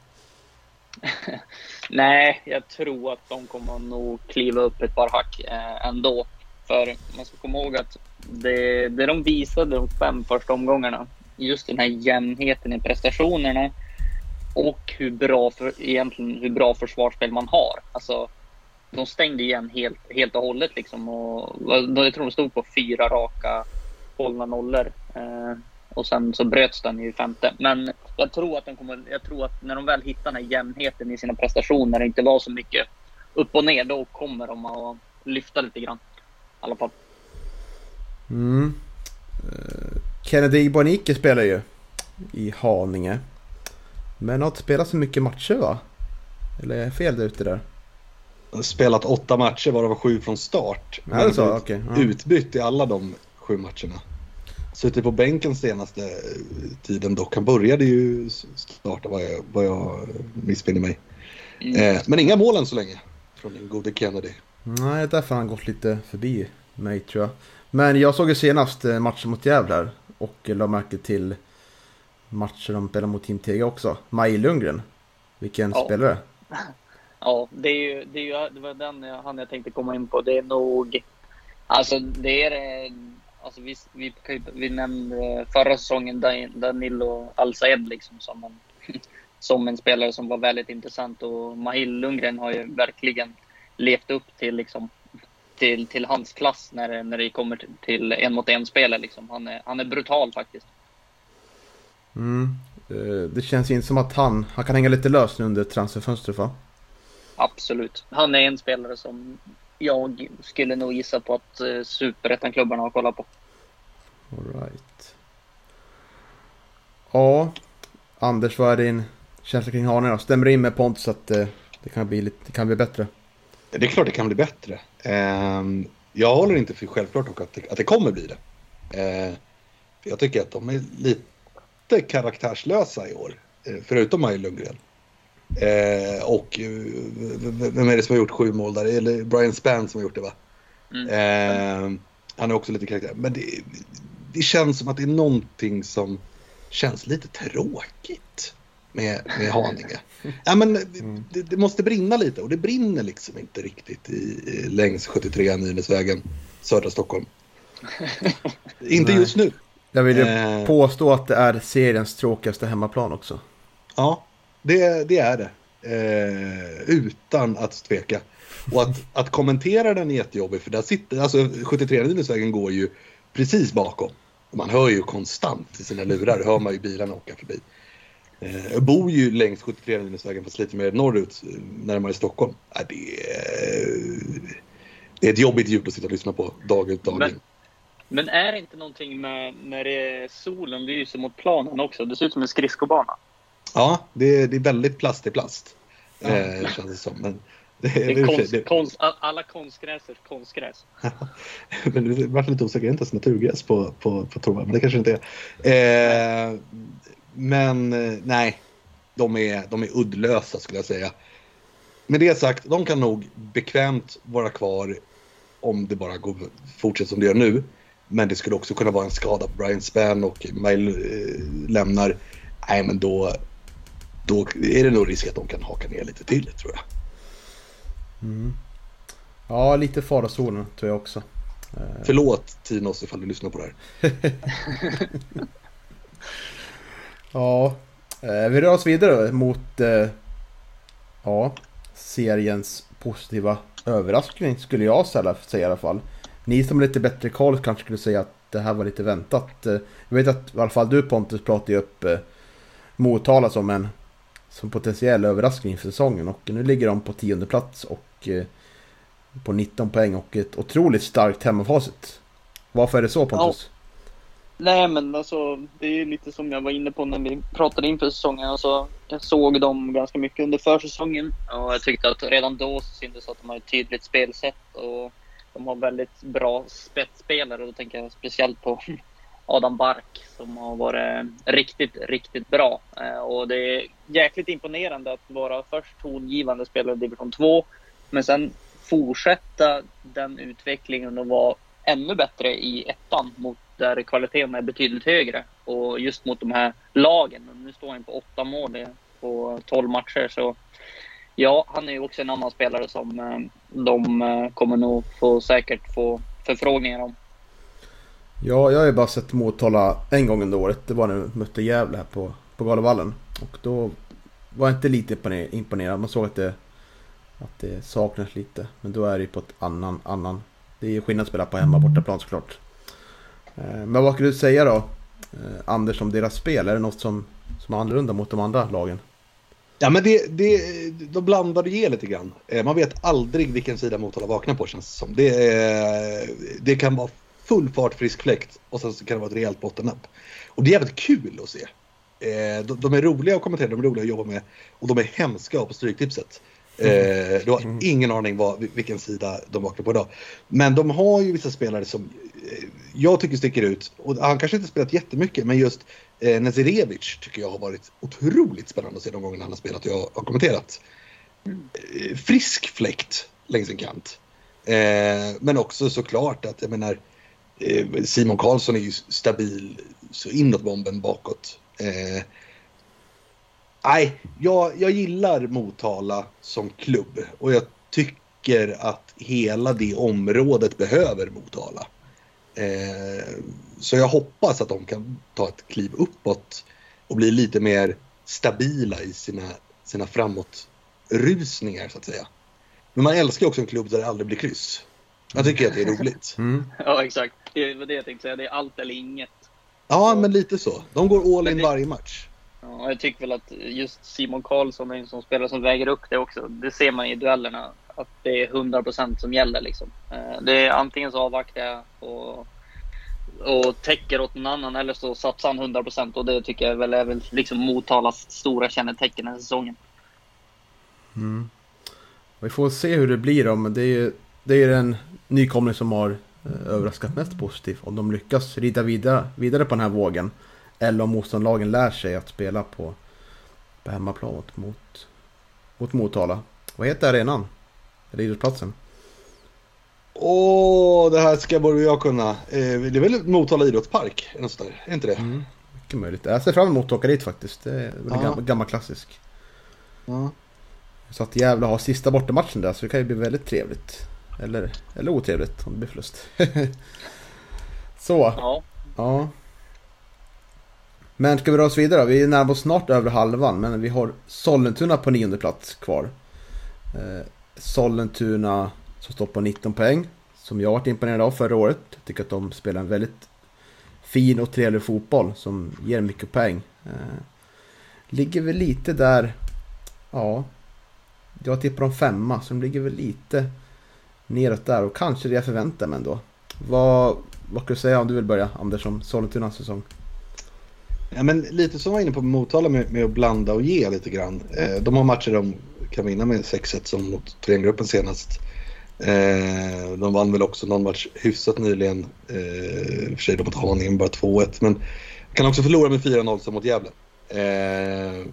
Nej, jag tror att de kommer nog kliva upp ett par hack eh, ändå. För man ska komma ihåg att det, det de visade de fem första omgångarna, just den här jämnheten i prestationerna och hur bra för, egentligen hur bra försvarsspel man har. Alltså, de stängde igen helt, helt och hållet liksom, och jag tror de stod på fyra raka hållna nollor. Eh, och sen så bröts den i femte. Men jag tror att de kommer, jag tror att när de väl hittar den här jämnheten i sina prestationer, det inte var så mycket upp och ner, då kommer de att lyfta lite grann. I alla fall. Mm. Uh, Kennedy Bonike spelar ju i Haninge, men har inte spelat så mycket matcher, va? Eller är jag fel där ute där? Spelat åtta matcher, varav var sju från start. Ja, det är så, okay. Ja. Utbytt i alla de sju matcherna. Suttit på bänken senaste tiden dock. Han började ju starta, vad jag, vad jag missminner mig. Mm. Eh, men inga mål än så länge från den gode Kennedy. Nej, därför har han gått lite förbi mig, tror jag. Men jag såg ju senast matchen mot Gävle och la märke till matchen de spelade mot Team Tega också. Maj Lundgren. Vilken ja. spelare? Ja, det är ju, det är ju det var den jag, han jag tänkte komma in på. Det är nog, alltså det är, alltså vi, vi, vi nämnde förra säsongen Danilo Al-Saed liksom som en, som en spelare som var väldigt intressant, och Mahil Lundgren har ju verkligen levt upp till liksom till, till hans klass när, när det kommer till, till en mot en spelare liksom. Han är, han är brutal faktiskt. Mm. Det känns inte som att han, han kan hänga lite lös nu under transferfönstret, va? Absolut. Han är en spelare som jag skulle nog gissa på att uh, superettan-klubbarna har kollat på. All right. Ja, Anders, vad är din känsla kring Haninge då? Stämmer in med Pontus att uh, det kan bli lite, det kan bli bättre? Det är klart det kan bli bättre. Uh, jag håller inte för självklart och att, det, att det kommer bli det. Uh, jag tycker att de är lite karaktärslösa i år. Uh, förutom Maj Lundgren. Eh, och vem är det som har gjort sju mål där? Eller Brian Spann som har gjort det, va? Mm. Eh, han är också lite karaktär. Men det, det känns som att det är någonting som känns lite tråkigt med, med Haninge. Ja, men mm. det, det måste brinna lite, och det brinner liksom inte riktigt i, i längs sjuttiotre Nynäsvägen, södra Stockholm. Inte just nu. Jag vill ju eh, påstå att det är seriens tråkigaste hemmaplan också. Ja, det, det är det. Eh, utan att tveka. Och att, att kommentera den är jättejobbig, för där sitter, alltså sjuttiotre Nynäsvägen går ju precis bakom. Och man hör ju konstant i sina lurar, hör man ju bilarna åka förbi. Eh, jag bor ju längs sjuttiotre Nynäsvägen, fast lite mer norrut, närmare Stockholm. Eh, det, är, det är ett jobbigt ljud att sitta och lyssna på dag ut dag in. Men är det inte någonting med när det är solen lyser mot planen också? Det ser ut som en skridskobana. Ja, det är, det är väldigt plast i plast. Ja. Eh, känns det som. Men det, det är konst, det, konst, alla konstgräs är konstgräs. Men det var lite osäker, inte ens naturgräs på, på, på Torvald, men det kanske inte är. Eh, men nej, de är, de är uddlösa skulle jag säga. Med det sagt, de kan nog bekvämt vara kvar om det bara går, fortsätter som det gör nu. Men det skulle också kunna vara en skada på Brian Spann och Mile eh, lämnar. Nej, men då, då är det nog risk att de kan haka ner lite till, tror jag. Mm. Ja, lite farozonen tror jag också. Förlåt Tinos ifall du lyssnar på det här. Ja, vi rör oss vidare mot eh, ja, seriens positiva överraskning skulle jag säga i alla fall. Ni som är lite bättre koll kanske skulle säga att det här var lite väntat. Jag vet att i alla fall du, Pontus, pratade ju upp eh, Motala som en som potentiell överraskning för säsongen, och nu ligger de på tionde plats och eh, på nitton poäng och ett otroligt starkt hemmafacit. Varför är det så, Pontus? Ja. Nej, men alltså det är ju lite som jag var inne på när vi pratade inför säsongen. Alltså, jag såg dem ganska mycket under försäsongen och jag tyckte att redan då så syntes att de har ett tydligt spelsätt och de har väldigt bra spetsspelare, och då tänker jag speciellt på Adam Bark som har varit riktigt, riktigt bra. Och det är jäkligt imponerande att vara först tongivande spelare i division två, men sen fortsätta den utvecklingen och vara ännu bättre i ettan, mot där kvaliteten är betydligt högre. Och just mot de här lagen. Nu står han på åtta mål på tolv matcher, så ja, han är ju också en annan spelare som de kommer nog få säkert få förfrågningar om. Ja, jag har ju bara sett Motala en gång under året. Det var när vi mötte Gävle här på, på Galovallen. Och då var jag inte lite imponerad. Man såg att det, att det saknas lite. Men då är det ju på ett annan, annan. Det är ju skillnad att spela på hemma bortaplan såklart. Men vad skulle du säga då, Anders, om deras spel? Är det något som, som är annorlunda mot de andra lagen? Ja, men det, det, de blandar och ger lite grann. Man vet aldrig vilken sida Motala vaknar på, känns det som. Det, det kan vara full fart, frisk fläkt, och sen så kan det vara ett rejält bottennapp. Och det är jävligt kul att se. De, de är roliga att kommentera, de är roliga att jobba med, och de är hemska på stryktipset. Mm. Du har ingen aning vad, vilken sida de vaknar på idag. Men de har ju vissa spelare som jag tycker sticker ut. Och han kanske inte spelat jättemycket, men just eh, Nazirevic tycker jag har varit otroligt spännande att se de gångerna han har spelat och jag har kommenterat. Mm. Frisk fläkt längs en kant. Eh, men också såklart att jag menar eh, Simon Karlsson är ju stabil så inåt bomben bakåt. Eh, Nej, jag, jag gillar Motala som klubb, och jag tycker att hela det området behöver Motala. Eh, så jag hoppas att de kan ta ett kliv uppåt och bli lite mer stabila i sina, sina framåtrusningar, så att säga. Men man älskar också en klubb där det aldrig blir kryss. Jag tycker att det är roligt. Mm. Ja, exakt. Det var det jag tänkte säga. Det är allt eller inget. Ja, men lite så. De går all in det... varje match. Ja, jag tycker väl att just Simon Karlsson är en sån spelare som väger upp det också. Det ser man i duellerna, att det är hundra procent som gäller liksom. Det är antingen så avvaktar jag och, och täcker åt någon annan, eller så satsar han hundra procent, och det tycker jag väl är väl liksom Motalas stora kännetecken den här säsongen. Mm. Vi får se hur det blir då, men det är ju det är en nykomling som har överraskat mest positivt, om de lyckas rida vidare, vidare på den här vågen. Eller om motståndlagen lär sig att spela på, på hemmaplan mot, mot Motala. Vad heter arenan? Eller idrottsplatsen? Åh, det här ska både jag kunna. Eh, det är väl Motala idrottspark? Eller något där. Är inte det? Mm, mycket möjligt. Jag ser fram emot att åka dit faktiskt. Det är väl Ja. gammal, gammal klassisk. Ja. Så att jävla ha sista bortamatchen där, så det kan ju bli väldigt trevligt. Eller, eller otrevligt om det blir förlust. Så, Ja. ja. Men ska vi dra oss vidare? Vi är närmare snart över halvan, men vi har Sollentuna på nionde plats kvar. Eh, Sollentuna som står på nitton poäng, som jag har varit imponerad av förra året. Jag tycker att de spelar en väldigt fin och trevlig fotboll som ger mycket poäng. Eh, ligger väl lite där, ja, jag tippar dem femma, så de ligger väl lite neråt där, och kanske det jag förväntar mig ändå. Vad, vad kan du säga om du vill börja, Anders, om Sollentunas säsong? Ja, men lite som var inne på Motala med, med att blanda och ge lite grann. Eh, de har matcher de kan vinna med sex ett som mot Thorengruppen senast. Eh, de vann väl också någon match hyfsat nyligen. Eh, för sig de mot Haninge bara två ett. Men kan också förlora med fyra noll som mot Gävle. Eh,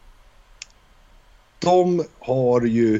de har ju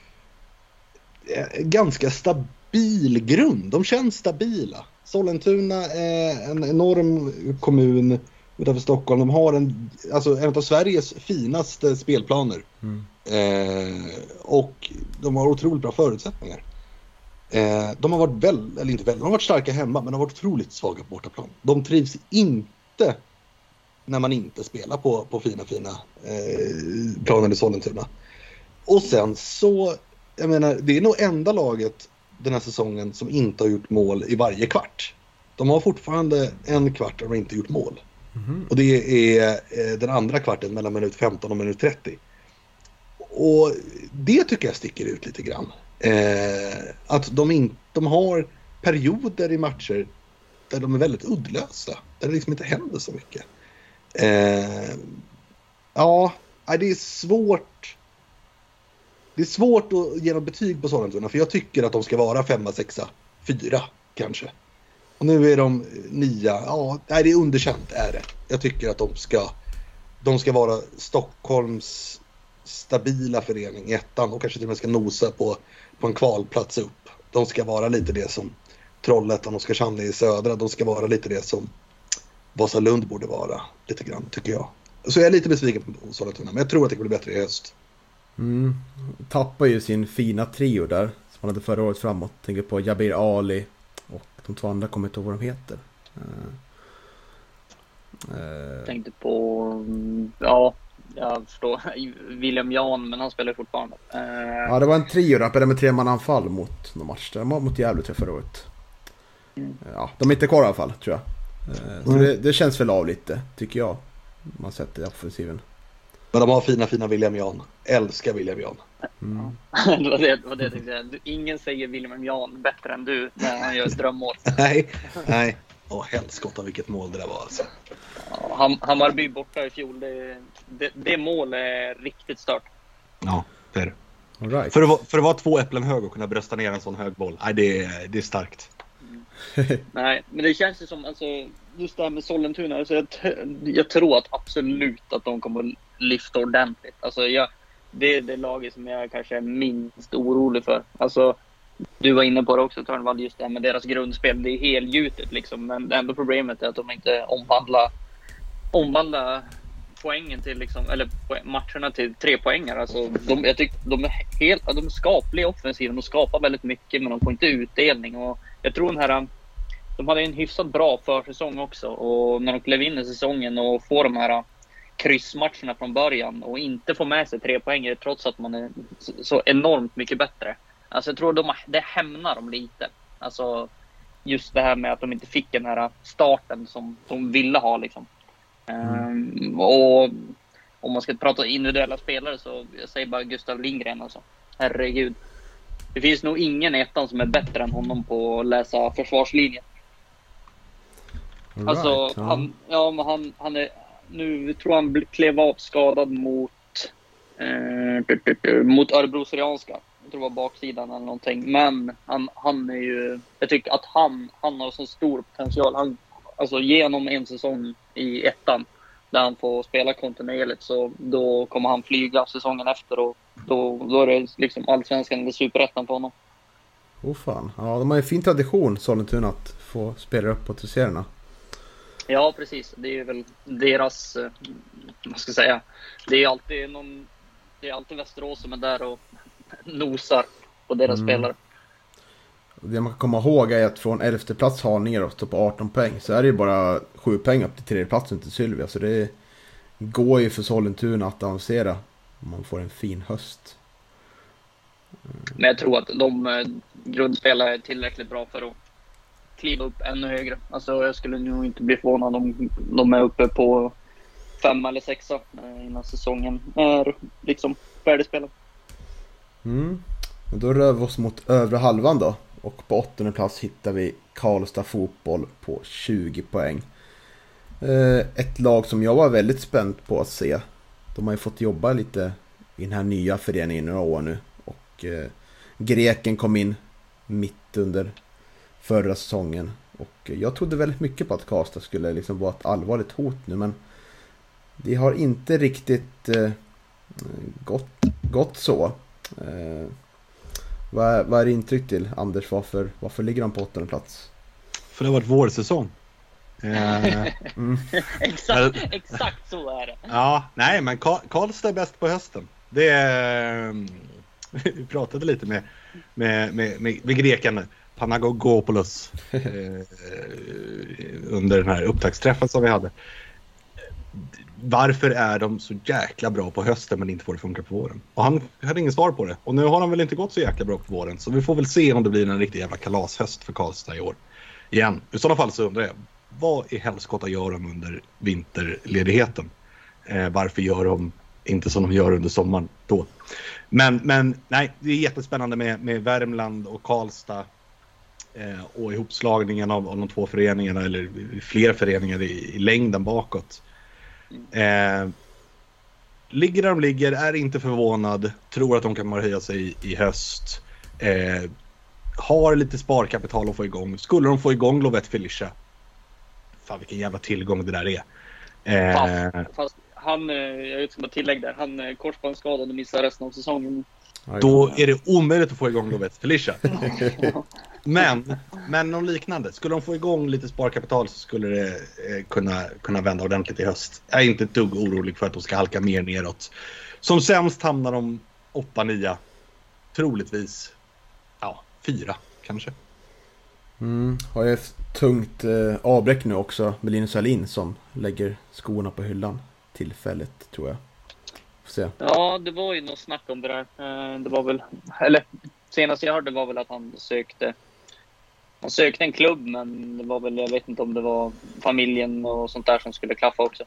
ganska stabil grund. De känns stabila. Sollentuna är en enorm kommun utanför Stockholm. De har en, alltså en av Sveriges finaste spelplaner. Mm. Eh, och de har otroligt bra förutsättningar. Eh, de har varit väl, eller inte väl, de har varit starka hemma, men de har varit otroligt svaga på bortaplan. De trivs inte när man inte spelar på, på fina, fina eh, planer i Sollentuna. Och sen så, jag menar, det är nog enda laget den här säsongen som inte har gjort mål i varje kvart. De har fortfarande en kvart där de inte gjort mål. Mm. Och det är eh, den andra kvarten mellan minut femton och minut trettio. Och det tycker jag sticker ut lite grann. Eh, att de, in, de har perioder i matcher där de är väldigt uddlösa. Där det liksom inte händer så mycket. Eh, ja, det är svårt. Det är svårt att ge något betyg på Sollentuna, för jag tycker att de ska vara femma, sexa, fyra kanske. Och nu är de nia. Ja, nej, det är underkänt är det. Jag tycker att de ska de ska vara Stockholms stabila förening i ettan och kanske till och med ska nosa på, på en kvalplats upp. De ska vara lite det som Trollhättan och Oskarshamn i södra. De ska vara lite det som Vasalund borde vara lite grann, tycker jag. Så jag är lite besviken på Sollentuna, men jag tror att det kommer bli bättre i höst. Mm. Tappar ju sin fina trio där som han hade förra året framåt. Tänker på Jabir Ali och de två andra, kommer inte ihåg vad de heter. Uh, uh. Tänkte på, ja, jag förstår, William Jan, men han spelar fortfarande. Uh. Ja, det var en trio där, spelade med tre man anfall mot någon match. De var mot Gävle förra året. Mm. Ja, de är inte kvar i alla fall, tror jag. Uh, så mm. det, det känns väl av lite, tycker jag. Man sätter i offensiven. Men de har fina, fina William Jan. Älskar William Jan. Mm. det var det, det, var det jag tänkte. Ingen säger William Jan bättre än du när han gör ett drömmål. nej, nej. Åh, helskotta vilket mål det där var alltså. Ja, Hammarby borta i fjol. Det, det, det mål är riktigt stört. Ja, det är det. All right. För, att vara, för att vara två äpplen hög och kunna brösta ner en sån hög boll. Nej, det är, det är starkt. Mm. Nej, men det känns ju som, alltså, just det här med Sollentuna, alltså, jag, jag tror att absolut att de kommer lyfta ordentligt. Alltså, jag, det är det laget som jag kanske är minst orolig för. Alltså, du var inne på det också, Törnvall, just det här med deras grundspel. Det är helgjutet liksom, men det enda problemet är att de inte omvandlar omvandlar poängen till liksom, eller matcherna till tre poängar. Alltså, de, jag tycker de är helt, de är skapliga offensiven, de skapar väldigt mycket, men de får inte utdelning. Och jag tror den här, de hade en hyfsat bra försäsong också, och när de klev in i säsongen och får de här kryssmatcherna från början och inte får med sig tre poäng trots att man är så enormt mycket bättre. Alltså jag tror de, det hämnar dem lite. Alltså just det här med att de inte fick den här starten som de ville ha liksom. Mm. Um, och om man ska prata individuella spelare så jag säger bara Gustav Lindgren alltså. Herregud. Det finns nog ingen ettan som är bättre än honom på att läsa försvarslinjen. Right, alltså ja. han ja men han han är nu tror han klev av skadad mot eh, mot Örebro Syrianska. Jag tror det var baksidan eller någonting, men han han är ju, jag tycker att han han har så stor potential. Han alltså genom en säsong i ettan där han får spela kontinuerligt, så då kommer han flyga säsongen efter och då, då är det liksom allsvenskan eller superettan på honom. Oh fan, ja de har ju fin tradition Sollentuna att få spela upp på tuserna. Ja, precis. Det är ju väl deras, eh, vad ska jag säga, det är alltid någon, det är alltid Västerås som är där och nosar på deras Mm. spelare. Det man kan komma ihåg är att från elfte plats Haninge då, står på arton poäng, så är det ju bara sju poäng upp till tredje platsen till Sylvia, så det går ju för Sollentuna att avancera om man får en fin höst. Men jag tror att de eh, grundspelare är tillräckligt bra för att kliva upp ännu högre. Alltså jag skulle nog inte bli förvånad om de är uppe på fem eller sexa eh, innan säsongen är liksom färdigspelad. Mm. Och då rör vi oss mot övre halvan då. Och på åttonde plats hittar vi Karlstad Fotboll på tjugo poäng. Eh, ett lag som jag var väldigt spänd på att se. De har ju fått jobba lite i den här nya föreningen i några år nu. Och eh, greken kom in mitt under förra säsongen. Och jag trodde väldigt mycket på att Karlstad skulle liksom vara ett allvarligt hot nu. Men det har inte riktigt eh, gått, gått så. Eh, vad, är, vad är det intryck till, Anders? Varför, varför ligger de på åttonde plats? För det har varit vårsäsong. Eh, Mm. exakt, exakt så är det. ja, nej, men Ka- Karlstad är bäst på hösten. Det är, vi pratade lite med, med, med, med, med greken Panagopoulos eh, under den här upptaktsträffen som vi hade. Varför är de så jäkla bra på hösten men inte får det funka på våren? Och han hade ingen svar på det. Och nu har de väl inte gått så jäkla bra på våren. Så vi får väl se om det blir en riktig jävla kalashöst för Karlstad i år. Igen. I sådana fall så undrar jag, vad i helskotta gör de under vinterledigheten? Eh, varför gör de inte som de gör under sommaren då? Men, men nej, det är jättespännande med, med Värmland och Karlstad. Eh, och ihopslagningen av, av de två föreningarna eller fler föreningar i, i längden bakåt. Eh, ligger där de ligger, är inte förvånad, tror att de kan höja sig i, i höst, eh, har lite sparkapital att få igång. Skulle de få igång Lovett Felicia, fan vilken jävla tillgång det där är. Eh, Fast, fast han, eh, jag ska bara tillägga där, han är korsbandsskadad och missar resten av säsongen. Då är det omöjligt att få igång Lovett Felicia. Men, men någon liknande. Skulle de få igång lite sparkapital så skulle det eh, kunna, kunna vända ordentligt i höst. Jag är inte ett dugg orolig för att de ska halka mer neråt. Som sämst hamnar de åtta nio. Troligtvis ja, fyra kanske. Mm, har ju ett tungt eh, avbräck nu också med Linus Alin som lägger skorna på hyllan tillfälligt, tror jag. Får se. Ja, det var ju något snack om det där. Eh, Det var väl, eller senast jag hörde var väl att han sökte han sökte en klubb, men det var väl, jag vet inte om det var familjen och sånt där som skulle klaffa också.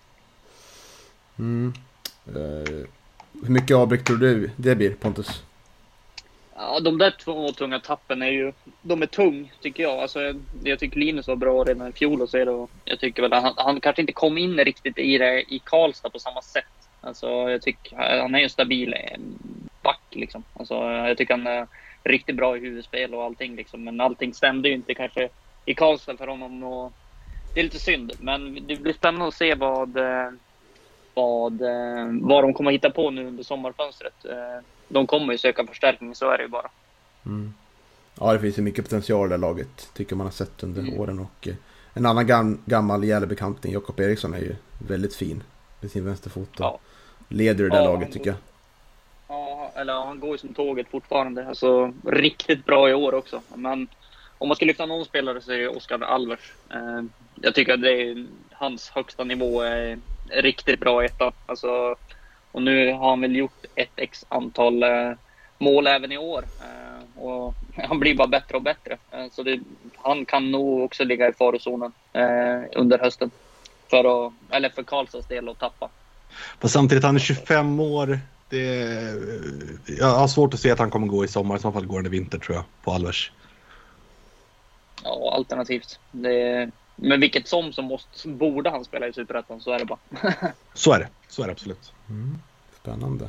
Mm. Eh, hur mycket avbräck tror du det blir, Pontus? Ja, de där två tunga tappen är ju, de är tung tycker jag. Alltså, jag, jag tycker Linus var bra redan i fjol och så är det, jag tycker väl att han, han kanske inte kom in riktigt i det i Karlstad på samma sätt. Alltså, jag tycker han är ju en stabil back liksom. Alltså, jag tycker han är riktigt bra i huvudspel och allting liksom. Men allting stämde ju inte kanske i Karlstad för honom och det är lite synd. Men det blir spännande att se vad vad, vad de kommer att hitta på nu under sommarfönstret. De kommer ju söka förstärkning, så är det ju bara. Mm. Ja, det finns ju mycket potential i det laget, tycker man har sett under Mm. åren. Och eh, en annan gam- gammal Gävlebekanting, Jakob Eriksson, är ju väldigt fin med sin vänsterfot. Ja. Leder det där Ja, laget, han tycker jag. Ja, eller han går ju som tåget fortfarande. Alltså riktigt bra i år också. Men om man ska lyfta någon spelare så är det Oskar Alvers. Eh, jag tycker att det är, hans högsta nivå är riktigt bra etta. Alltså, och nu har han väl gjort ett x antal eh, mål även i år. Eh, och han blir bara bättre och bättre. Eh, så det, han kan nog också ligga i farozonen eh, under hösten. För att, eller för Karlstads del att tappa. Fast samtidigt, han är tjugofem år. Det, jag har svårt att se att han kommer gå i sommar. I så fall går han i vinter, tror jag, på Alvers. Ja, alternativt. Det, men vilket som som måste, borde han spela i Superettan, så är det bara. Så är det, så är det absolut. Mm. Spännande.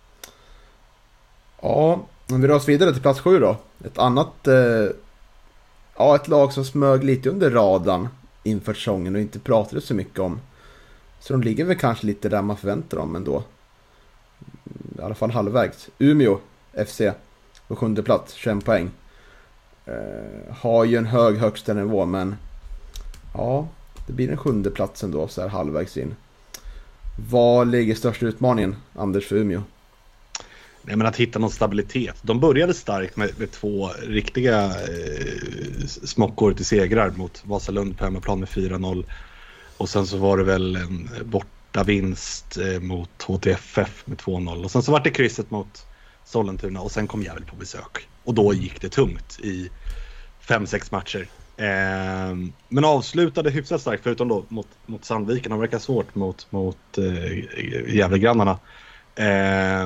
Ja, om vi rör oss vidare till plats sju då. Ett annat eh, ja, ett lag som smög lite under radarn inför säsongen och inte pratade så mycket om. Så de ligger väl kanske lite där man förväntar dem ändå. i alla fall halvvägs. Umeå F C på sjunde plats, tjugoett poäng. Eh, har ju en hög högsta nivå, men ja, det blir den sjunde platsen då, så här halvvägs in. Vad ligger största utmaningen, Anders, för Umeå? Nej, men att hitta någon stabilitet. De började starkt med, med två riktiga eh, smockor till segrar mot Vasalund på hemmaplan med fyra noll. Och sen så var det väl en borta vinst eh, mot H T F F med två noll. Och sen så var det krysset mot Sollentuna och sen kom Gävle på besök. Och då gick det tungt i fem sex matcher. Eh, men avslutade hyfsat starkt, förutom då mot, mot Sandviken. De verkar svårt mot, mot eh, Gävlegrannarna. Eh,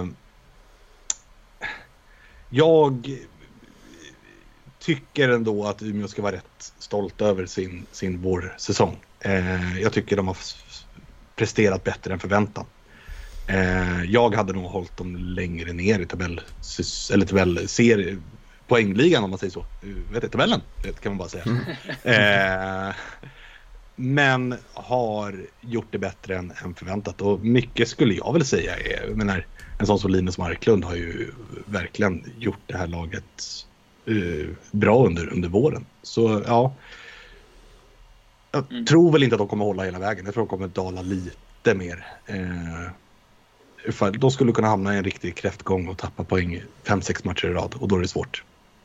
jag tycker ändå att Umeå ska vara rätt stolt över sin, sin vårsäsong. Eh, jag tycker de har f- presterat bättre än förväntan. Eh, jag hade nog hållit dem längre ner i tabell, eller tabellserie, poängligan om man säger så. Vet du, tabellen, det kan man bara säga. Eh, men har gjort det bättre än, än förväntat. Och mycket skulle jag väl säga är, jag menar, en sån som Linus Marklund har ju verkligen gjort det här laget uh, bra under, under våren. Så ja, jag mm. tror väl inte att de kommer hålla hela vägen. Jag tror att de kommer dala lite mer. Uh, de skulle kunna hamna i en riktig kräftgång och tappa poäng fem sex matcher i rad. Och då är det svårt.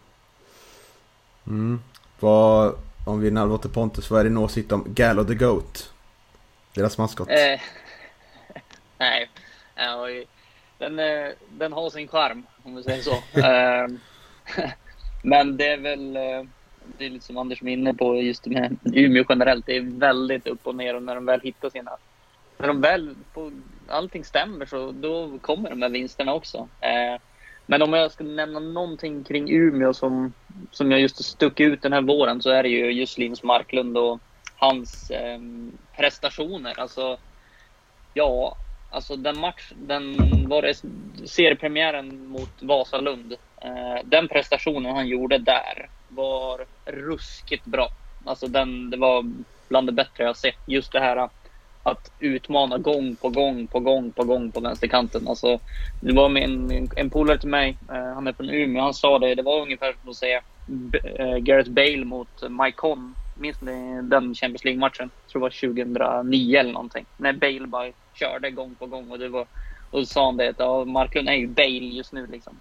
Mm. Vad, om vi närmar till Pontus, vad är det en åsikt om Gallo the Goat? Deras maskot. Eh, nej, ja, den, den har sin charm, om vi säger så. eh, men det är väl, det är lite som Anders är inne på, just med Umeå generellt. Det är väldigt upp och ner, och när de väl hittar sina, när de väl på, allting stämmer, så då kommer de med vinsterna också. Eh, Men om jag skulle nämna någonting kring Umeå som, som jag just stuck ut den här våren, så är det ju just Linus Marklund och hans eh, prestationer. Alltså, ja, alltså den match, den var det seriepremiären mot Vasalund. Eh, den prestationen han gjorde där var ruskigt bra. Alltså den, det var bland det bättre jag sett. Just det här att utmana gång på gång på gång på gång på vänsterkanten. Alltså, det var med en, en polare till mig, uh, han är från Umeå, han sa det, det var ungefär som att säga uh, Gareth Bale mot Mike Conn. Minns ni den Champions League-matchen? Jag tror det var tjugohundranio eller någonting. När Bale bara körde gång på gång, och det var, och så sa han det att ja, Marklund är ju Bale just nu liksom.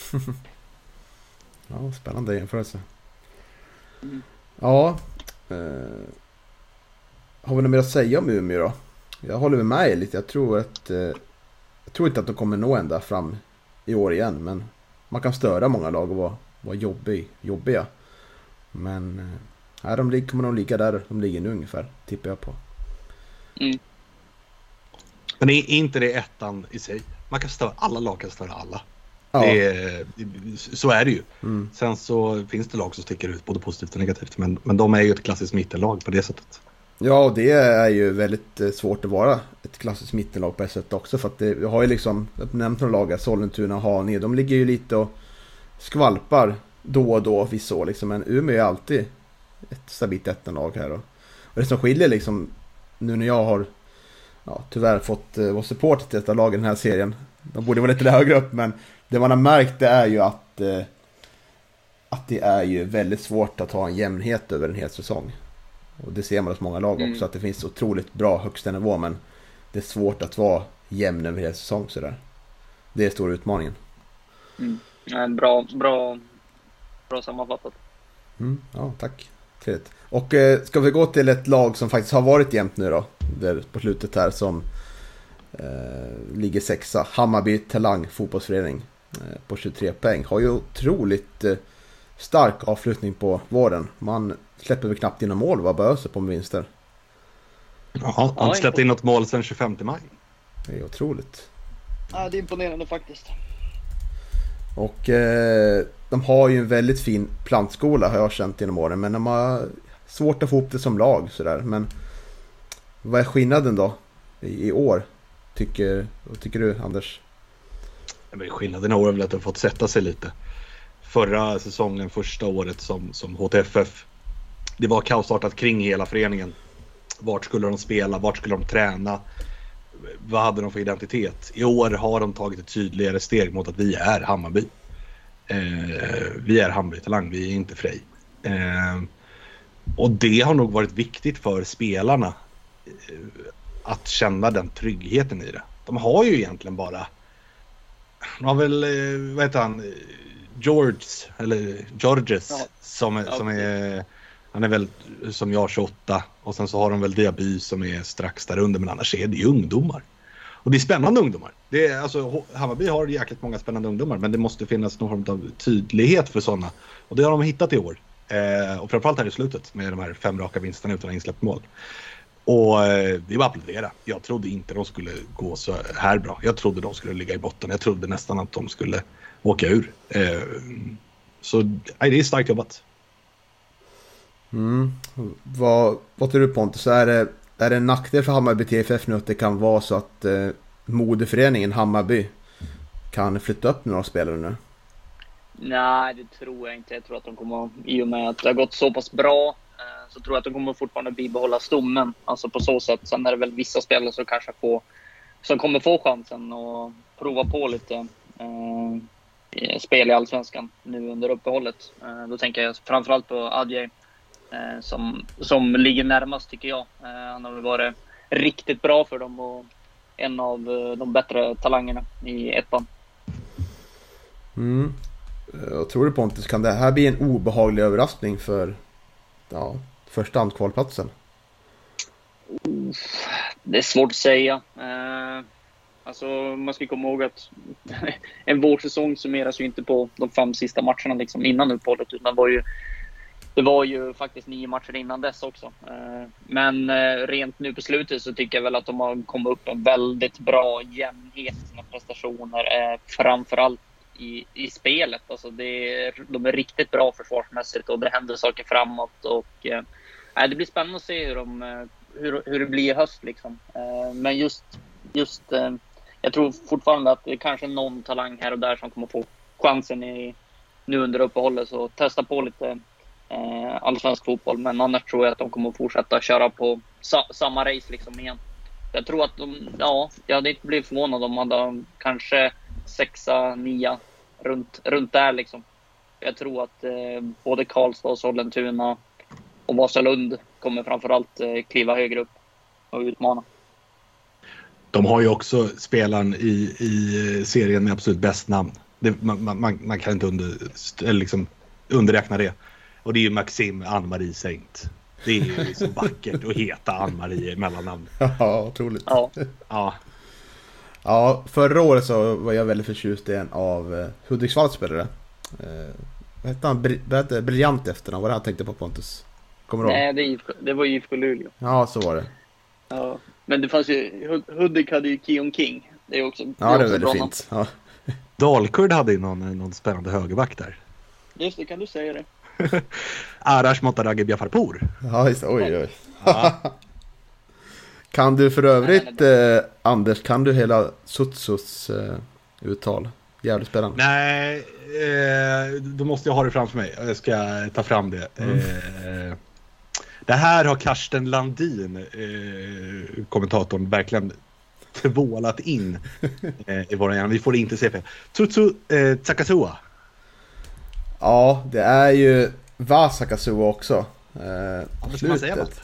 Ja, spännande jämförelse. Mm. Ja, eh... har vi något mer att säga om Umeå då? Jag håller med mig lite. Jag tror att eh, jag tror inte att de kommer nå ända fram i år igen, men man kan störa många lag och vara, vara jobbig, jobbiga. Men eh, här de kommer de ligga där de ligger nu ungefär, tippar jag på. Mm. Men är inte det ettan i sig? Man kan störa, alla lag kan störa alla. Ja. Det är, så är det ju. Mm. Sen så finns det lag som sticker ut både positivt och negativt, men, men de är ju ett klassiskt mittenlag på det sättet. Ja, och det är ju väldigt svårt att vara ett klassiskt mittenlag på ett sätt också, för att det, jag har ju liksom, jag nämnt några lag, Sollentuna och Haninge, de ligger ju lite och skvalpar då och då vissa år liksom, men Umeå är alltid ett stabilt ettanlag här, och, och det som skiljer liksom, nu när jag har ja, tyvärr fått uh, vara support till detta lag i den här serien, de borde vara lite högre upp, men det man har märkt det är ju att uh, att det är ju väldigt svårt att ha en jämnhet över en hel säsong. Och det ser man hos många lag också, mm. att det finns otroligt bra högsta nivå, men det är svårt att vara jämn över hela säsong så där. Det är stora utmaningen. Mm. Ja, bra, bra, bra sammanfattat. Mm, ja, tack. Trevligt. Och eh, ska vi gå till ett lag som faktiskt har varit jämnt nu då, där på slutet här, som eh, ligger sexa. Hammarby Talang fotbollsförening eh, på tjugotre poäng. Har ju otroligt eh, stark avslutning på våren. Man släpper väl knappt in några mål, vad böser på med vinster. Ja, han släppte in något mål sedan tjugofemte maj. Det är otroligt. Ja, det är imponerande faktiskt. Och eh, de har ju en väldigt fin plantskola, har jag känt genom åren, men de har svårt att få upp det som lag sådär. Men vad är skillnaden då i, i år? Tycker, vad tycker du, Anders? Men skillnaden i år är väl att de har fått sätta sig lite. Förra säsongen, första året som, som H T F F, det var kaosartat kring hela föreningen. Vart skulle de spela? Vart skulle de träna? vad hade de för identitet? I år har de tagit ett tydligare steg mot att vi är Hammarby. Eh, vi är Hammarby-talang, vi är inte Frej. Eh, och det har nog varit viktigt för spelarna eh, att känna den tryggheten i det. De har ju egentligen bara, de har väl, eh, vad heter han, George, eller Georges, ja. som, Ja, som är, han är väl som jag tjugoåtta, och sen så har de väl Diaby som är strax där under, men annars är det ju ungdomar. Och det är spännande ungdomar. Det är, alltså, Hammarby har jäkligt många spännande ungdomar, men det måste finnas någon form av tydlighet för sådana. Och det har de hittat i år. Eh, och framförallt här i slutet med de här fem raka vinsterna utan insläppt mål. Och eh, det var applådera. Jag trodde inte de skulle gå så här bra. Jag trodde de skulle ligga i botten. Jag trodde nästan att de skulle åka ur. Eh, så nej, det är starkt jobbat. Mm. Vad, vad tror du, Pontus? Är det, är det en nackdel för Hammarby T F F nu att det kan vara så att eh, modeföreningen Hammarby kan flytta upp några spelare nu? Nej, det tror jag inte. Jag tror att de kommer, i och med att det har gått så pass bra, så tror jag att de kommer fortfarande bibehålla stommen. Alltså på så sätt. Sen är det väl vissa spelare som kanske får, som kommer få chansen att prova på lite eh, spel i Allsvenskan nu under uppehållet. Eh, då tänker jag framförallt på Adjei eh, som, som ligger närmast, tycker jag. Eh, han har väl varit riktigt bra för dem och en av eh, de bättre talangerna i ettan. Mm. Jag tror du, Pontus, kan det här bli en obehaglig överraskning för ja, första andkvalplatsen? Det är svårt att säga. Eh, alltså man ska komma ihåg att en vårsäsong summeras ju inte på de fem sista matcherna liksom innan uppehållet, utan det var ju det var ju faktiskt nio matcher innan dess också. Eh, men eh, rent nu på slutet så tycker jag väl att de har kommit upp en väldigt bra jämnhet i sina prestationer, eh, framförallt I, i spelet. Alltså det är, de är riktigt bra försvarsmässigt och det händer saker framåt och eh, det blir spännande att se hur, de, hur, hur det blir i höst liksom. Eh, men just, just eh, jag tror fortfarande att det är kanske någon talang här och där som kommer få chansen i, nu under uppehållet, så testa på lite eh, allsvensk fotboll, men annars tror jag att de kommer fortsätta köra på sa, samma race liksom igen. Jag tror att de, ja, jag hade inte blivit förvånad om de hade kanske sexa, nia runt, runt där liksom. Jag tror att eh, både Karlstad, Sollentuna och Vasalund kommer framförallt eh, kliva högre upp och utmana. De har ju också spelaren i, i serien med absolut bäst namn. Det, man, man, man kan inte under, eller liksom underräkna det. Och det är ju Maxim Ann-Marie Saint. Det är ju så vackert att heta Ann-Marie i mellannamn. Ja, otroligt. Ja. Ja. Ja, förra året så var jag väldigt förtjust i en av eh, Hudiksvalls spelare. Eh, vad hette han? Br- vad hette Briljant efter han? Vad det han tänkte på, Pontus? Kommer du ihåg? Nej, det, är I F K, det var ju I F K Luleå. Ja, så var det. Ja. Men det fanns ju, Hudik hade ju Keon King. Det är också, Ja, det är också väldigt bra fint. Ja. Dalkurd hade ju någon, någon spännande högerback där. Just det, kan du säga det? Arash Motaragi Biafarpour. Ja, just, oj, oj. Ja. Kan du för övrigt, eh, Anders, kan du hela Sutsus eh, uttal? Jävligt spännande. Nej, eh, då måste jag ha det framför mig. Jag ska ta fram det. Mm. Eh, det här har Karsten Landin, eh, kommentatorn, verkligen tvålat in eh, i våra hjärnor. Vi får det inte se fel. Tutsu eh, Tsakasua. Ja, det är ju Vasakasua också. Eh, Vad ska man säga då?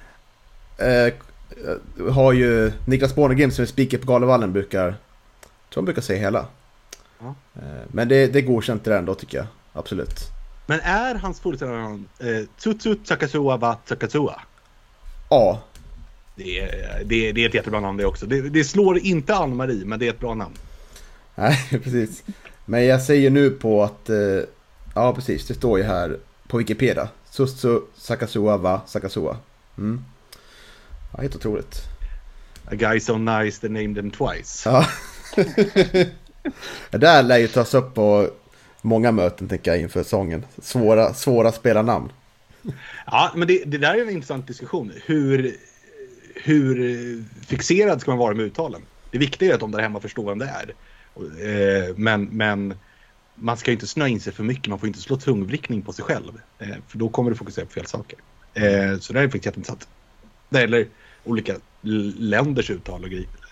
Eh, har ju Niklas Bornegrim som är speaker på Galevallen brukar, tror han brukar säga hela. Ja. Eh, men det, det går känt det ändå, tycker jag. Absolut. Men är hans fullständiga eh, Tutsu Tsakasua va Tsakasua? Ja. Det är, det, är, det är ett jättebra namn det också. Det, det slår inte Ann-Marie, men det är ett bra namn. Nej, precis. Men jag säger nu på att eh, ja, precis, det står ju här på Wikipedia. Tutsu Tsakasua va Tsakasua. Mm. Ja, helt otroligt. A guy so nice they named him twice. Ja. Det där lär ju tas upp på många möten, tänker jag, inför säsongen. Svåra, svåra spelarnamn. Ja, men det, det där är en intressant diskussion. Hur, hur fixerad ska man vara med uttalen? Det viktiga är att de där hemma förstår vem det är. Men, men man ska ju inte snöa in sig för mycket. Man får inte slå tungvrickning på sig själv. För då kommer du fokusera på fel saker. Så det är faktiskt jätteintressant. Det gäller olika länders uttal och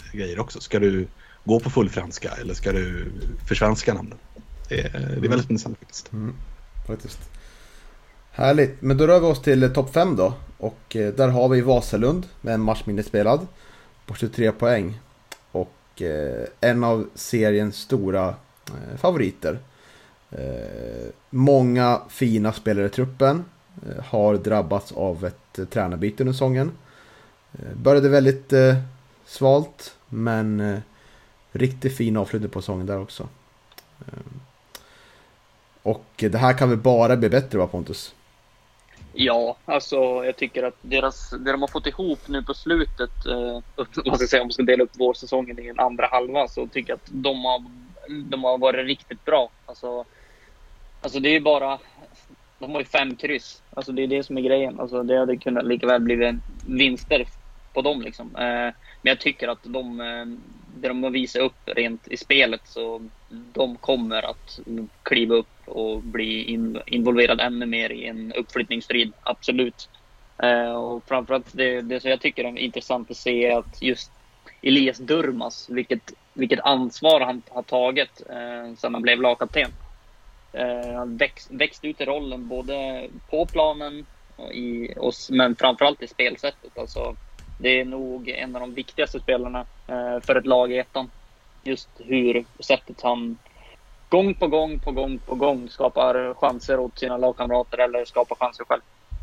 grejer också. Ska du gå på full franska eller ska du försvenska namnen? Det är, det är väldigt intressant faktiskt. Mm, faktiskt. Härligt, men då rör vi oss till topp fem då. Och eh, där har vi Vasalund med en match mindre spelad på tjugotre poäng. Och eh, en av seriens stora eh, favoriter. Eh, många fina spelare i truppen eh, har drabbats av ett eh, tränarbyte under säsongen. Eh, började väldigt eh, svalt, men eh, riktigt fin avslutning på säsongen där också. Eh, och det här kan väl bara bli bättre, va, Pontus? Ja, alltså jag tycker att deras, det de har fått ihop nu på slutet, eh, vad ska jag säga, om man ska dela upp vårsäsongen i en andra halva, så tycker jag att de har, de har varit riktigt bra. Alltså, alltså det är ju bara, de har ju fem kryss. Alltså det är det som är grejen. Alltså det hade kunnat lika väl blivit vinster på dem liksom. Eh, men jag tycker att de, eh, det de har visat upp rent i spelet, så de kommer att kliva upp och bli in, involverad ännu mer i en uppflyttningsstrid, absolut. Eh, och framförallt det, det som jag tycker är intressant att se är att just Elias Durmas, vilket, vilket ansvar han har tagit eh, sedan han blev lagkapten. Eh, han växt, växt ut i rollen både på planen och i oss, men framförallt i spelsättet. Alltså, det är nog en av de viktigaste spelarna eh, för ett lag i ettan. Just hur sättet han gång på gång på gång på gång skapar chanser åt sina lagkamrater eller skapar chanser själv.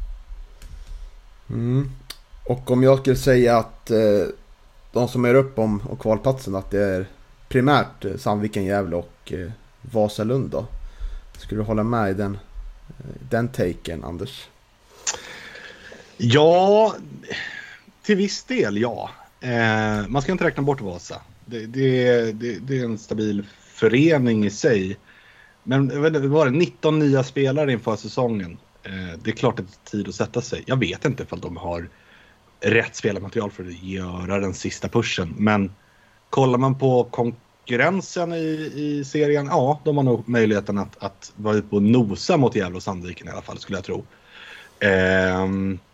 Mm. Och om jag skulle säga att eh, de som är upp om och kvalplatsen, att det är primärt eh, Sandviken, Gävle och eh, Vasalund då. Skulle du hålla med i den, eh, den taken, Anders? Ja, till viss del ja. Eh, man ska inte räkna bort Vasa. Det, det, det, det är en stabil förening i sig. Men det var nitton nya spelare inför säsongen. Eh, det är klart att det är tid att sätta sig. Jag vet inte ifall de har rätt spelarmaterial för att göra den sista pushen. Men kollar man på konkurrensen i, i serien, ja, de har nog möjligheten att, att vara ute på nosa mot Gävle och Sandviken i alla fall, skulle jag tro. Eh,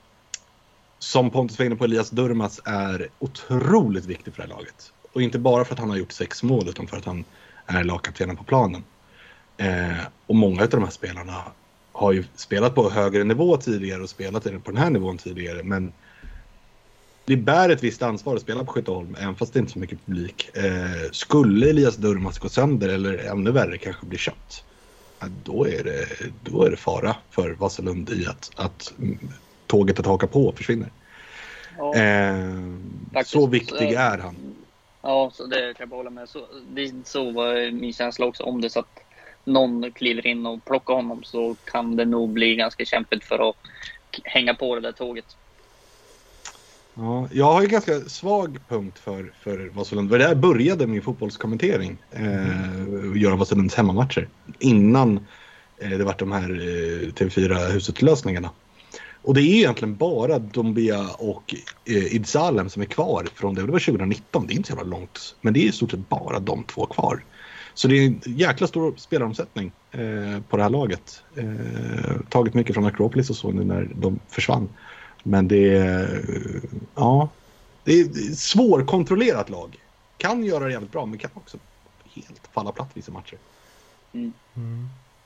som Pontus var inne på, Elias Durmas är otroligt viktig för det här laget. Och inte bara för att han har gjort sex mål, utan för att han är lagkaptenen på planen. Eh, och många av de här spelarna har ju spelat på högre nivå tidigare och spelat på den här nivån tidigare. Men det bär ett visst ansvar att spela på Skytteholm, även fast det inte är så mycket publik. Eh, skulle Elias Durmas gå sönder, eller ännu värre kanske bli köpt, ja, då, är det, då är det fara för Vasalund i att, att tåget att haka på försvinner. Ja, eh, så viktig är han. Ja, så det kan jag hålla med. Så, det, så var min känsla också. Om det så att någon kliver in och plockar honom, så kan det nog bli ganska kämpigt för att hänga på det där tåget. Ja, jag har ju ganska svag punkt för, för Vasalund. Det där började min fotbollskommentering. Eh, göra Vasalunds hemmamatcher. Innan eh, det var de här eh, T V fyra-husutlösningarna. Och det är egentligen bara Dombia och eh, Idsalem som är kvar från det. Det var tjugonitton, det är inte så jävla långt. Men det är i stort sett bara de två kvar. Så det är en jäkla stor spelaromsättning eh, på det här laget. Eh, tagit mycket från Acropolis och så nu när de försvann. Men det är, ja, det är ett svårkontrollerat lag. Kan göra det jävligt bra, men kan också helt falla platt vissa matcher. Mm. Mm.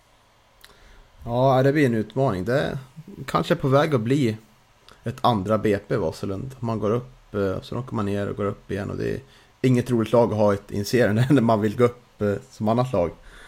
Ja, det blir en utmaning. Det är kanske på väg att bli ett andra B P Vasalund. Man går upp, så åker man ner och går upp igen. Och det är inget roligt lag att ha ett inserien när man vill gå upp som annat lag.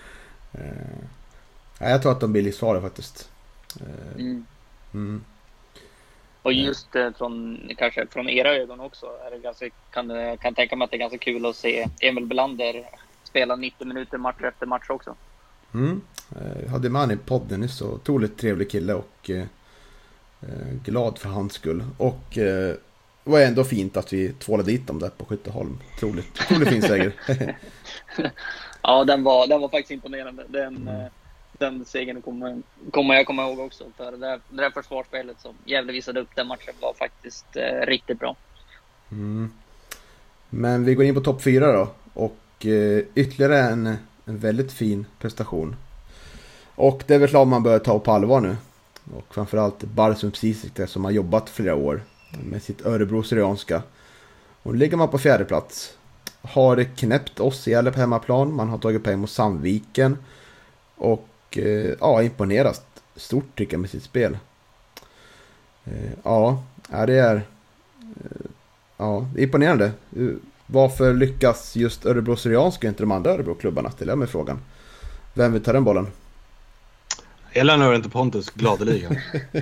Jag tror att de blir livsfarliga faktiskt. Mm. Mm. Och just från, kanske från era ögon också, är det ganska, kan, kan tänka mig att det är ganska kul att se Emil Belander spela nittio minuter match efter match också. Mm. Jag hade med han i podden nyss, så otroligt trevlig kille och eh, glad för hans skull. Och eh, det var ändå fint att vi tvålade dit dem där på Skytteholm. Otroligt, otroligt fin seger. Ja, den var, den var faktiskt imponerande. Den, mm. den segern kommer, kommer jag komma ihåg också. För det där, det där försvarsspelet som Gävle visade upp den matchen var faktiskt eh, riktigt bra. Mm. Men vi går in på topp fyra då. Och eh, ytterligare en, en väldigt fin prestation. Och det är väl klart man börjar ta på allvar nu. Och framförallt Barsum Sisek som har jobbat flera år med sitt Örebro Syrianska. Och ligger man på fjärde plats. har knäppt oss i eller på hemmaplan. Man har tagit poäng mot Sandviken. Och eh, ja, imponerat stort tycker jag med sitt spel. Eh, ja, det är eh, ja, imponerande. Varför lyckas just Örebro Syrianska och inte de andra Örebro-klubbarna? Ställer jag mig frågan. Vem vill ta den bollen? Jag lämnar inte Pontus gladeligen.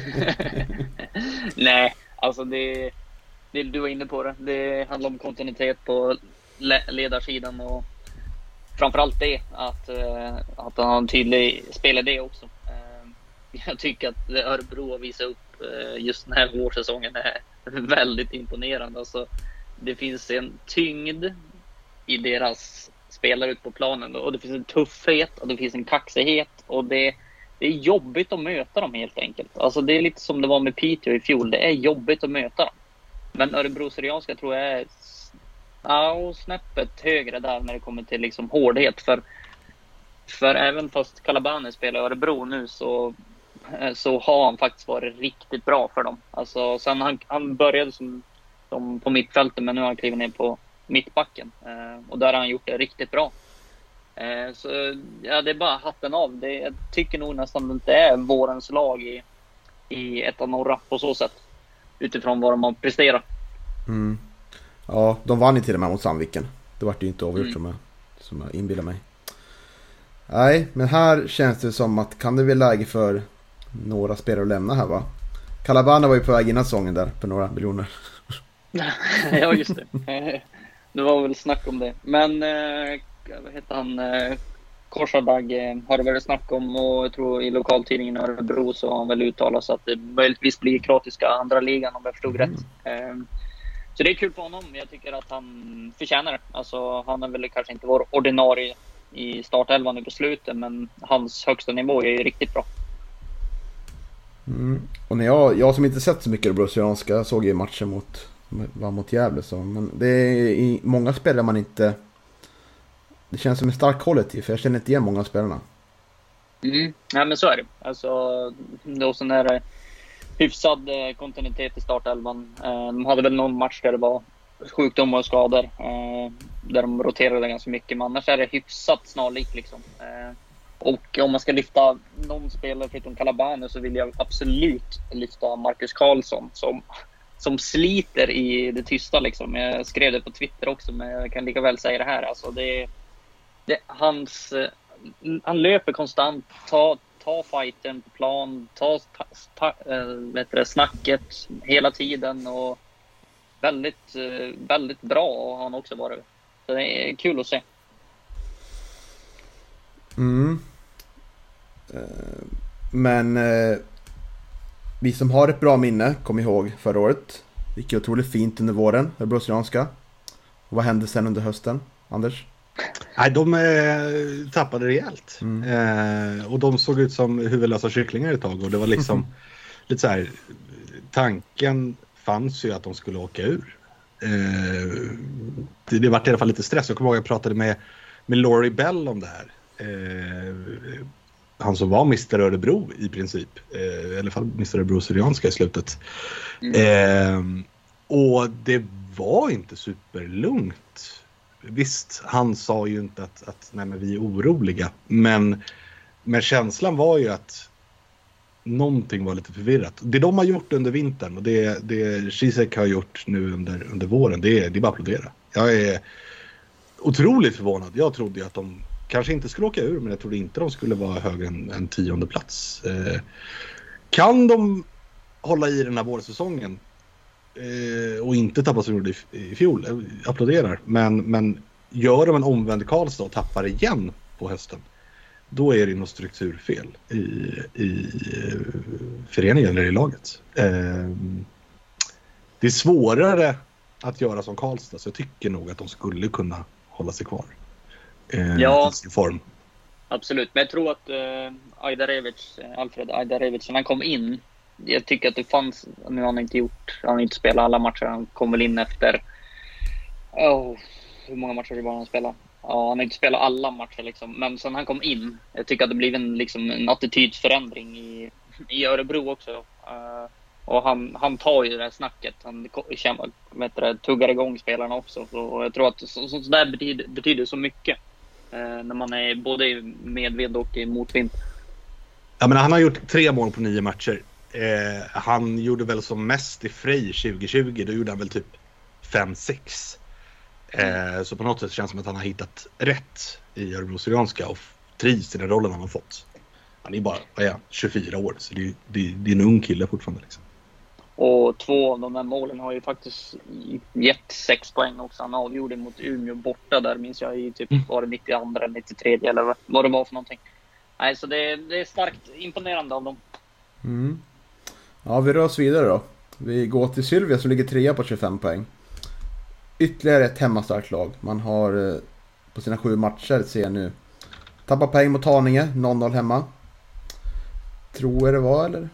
Nej, alltså det, det du var inne på det. Det handlar om kontinuitet på le- ledarsidan och framförallt det att, att han har en tydlig spelidé också. Jag tycker att Örebro har visat upp just den här vårsäsongen är väldigt imponerande. Alltså, det finns en tyngd i deras spelare ut på planen och det finns en tuffhet och det finns en kaxighet och det, det är jobbigt att möta dem helt enkelt. Alltså det är lite som det var med Piteå i fjol. Det är jobbigt att möta dem. Men Örebro Syrianska tror jag är ja, snäppet högre där när det kommer till liksom hårdhet. För, för även fast Calabane spelar Örebro nu så, så har han faktiskt varit riktigt bra för dem. Alltså, sen han, han började som, som på mittfältet men nu har han klivit ner på mittbacken. Eh, och där har han gjort det riktigt bra. Eh, så ja, det är bara hatten av. Det, jag tycker nog nästan att det är vårens lag i, i ett av norra på så sätt. Utifrån vad de har presterat. Mm. Ja, de vann ju till och med mot Sandviken. Det var ju inte avgjort mm. som, jag, som jag inbillar mig. Nej, men här känns det som att kan det bli läge för några spelare att lämna här va? Calabana var ju på väg innan säsongen där för några miljoner. Ja, just det. Det var väl snack om det. Men eh, vad heter han? Eh, Korsadag eh, har det varit snack om och jag tror i lokaltidningen Örebro så har han väl uttalat så att det möjligtvis blir kroatiska andra ligan om jag förstod mm. rätt. Eh, så det är kul för honom. Jag tycker att han förtjänar det. Alltså, han är väl kanske inte vår ordinarie i startelvan nu på slutet men hans högsta nivå är ju riktigt bra. Mm. Och när jag, jag som inte sett så mycket Örebro Syrianska såg ju matchen mot var mot Gävle så men det är i många spelare man inte det känns som en stark kollektiv för jag känner inte igen många av spelarna. Mm. Nej men så är det. Alltså då sån där hyfsad kontinuitet i startelvan. De hade väl någon match där det var sjukdom och skador där de roterade ganska mycket men annars är det hyfsat snarlikt liksom. Och om man ska lyfta någon spelare förutom Calabane så vill jag absolut lyfta Marcus Karlsson som som sliter i det tysta liksom. Jag skrev det på Twitter också men jag kan lika väl säga det här alltså det, det hans han löper konstant ta ta fighten på plan ta, ta, ta äh, vet du, snacket hela tiden och väldigt väldigt bra har han också varit. Så det är kul att se. Mm. Men vi som har ett bra minne, kom ihåg förra året. Det gick otroligt fint under våren, Örebro Syrianska. Och vad hände sen under hösten, Anders? Nej, de eh, tappade rejält. Mm. Eh, och de såg ut som huvudlösa kycklingar ett tag. Och det var liksom mm. lite så här, tanken fanns ju att de skulle åka ur. Eh, det, det var i alla fall lite stress. Jag kommer ihåg att jag pratade med, med Laurie Bell om det här. Eh, han som var mister Örebro i princip. Eh, I alla fall mister Örebro Syrianska i slutet. Mm. Eh, och det var inte superlugnt. Visst, han sa ju inte att, att nej, men vi är oroliga. Men, men känslan var ju att någonting var lite förvirrat. Det de har gjort under vintern och det, det Zizek har gjort nu under, under våren, det är, det är bara att applådera. Jag är otroligt förvånad. Jag trodde ju att de kanske inte skulle åka ur, men jag trodde inte de skulle vara högre än en tionde plats. Eh, kan de hålla i den här vårsäsongen eh, och inte tappa som de gjorde i, i fjol, jag applåderar. Men, men gör de en omvänd Karlstad och tappar igen på hösten, då är det något strukturfel i, i föreningen eller i laget. Eh, det är svårare att göra som Karlstad, så jag tycker nog att de skulle kunna hålla sig kvar. Eh, ja, i sin form. Absolut. Men jag tror att eh, Ajdarevic, Alfred Ajdarevic, när han kom in, jag tycker att det fanns, nu har han inte gjort, han har inte spelat alla matcher, han kom väl in efter, oh, hur många matcher var han spelade? Ja, han har inte spelat alla matcher liksom, men sen han kom in, jag tycker att det blev en, liksom, en attitydsförändring i, i Örebro också. Uh, Och han, han tar ju det här snacket. Han vet det, tuggar igång spelarna också. Och jag tror att så, så där betyder, betyder så mycket. Eh, när man är både i medvind och i motvind. Ja, men han har gjort tre mål på nio matcher. Eh, han gjorde väl som mest i Frej tjugo tjugo. Då gjorde han väl typ fem sex. Eh, så på något sätt känns det som att han har hittat rätt i Örebro Syrianska och trivs i den rollen han har fått. Han är bara vad är, tjugofyra år, så det är, det, är, det är en ung kille fortfarande. Liksom. Och två av de här målen har ju faktiskt gett sex poäng också. Han avgjorde mot Umeå borta där, minns jag, i typ var det nittiotvå eller nittiotre eller vad det var för någonting. Nej, så det, det är starkt imponerande av dem. Mm. Ja, vi rör oss vidare då. Vi går till Sylvia som ligger trea på tjugofem poäng. Ytterligare ett hemmastarkt lag. Man har på sina sju matcher, ser jag nu, tappat poäng mot Haninge, noll noll hemma. Tror jag det var, eller?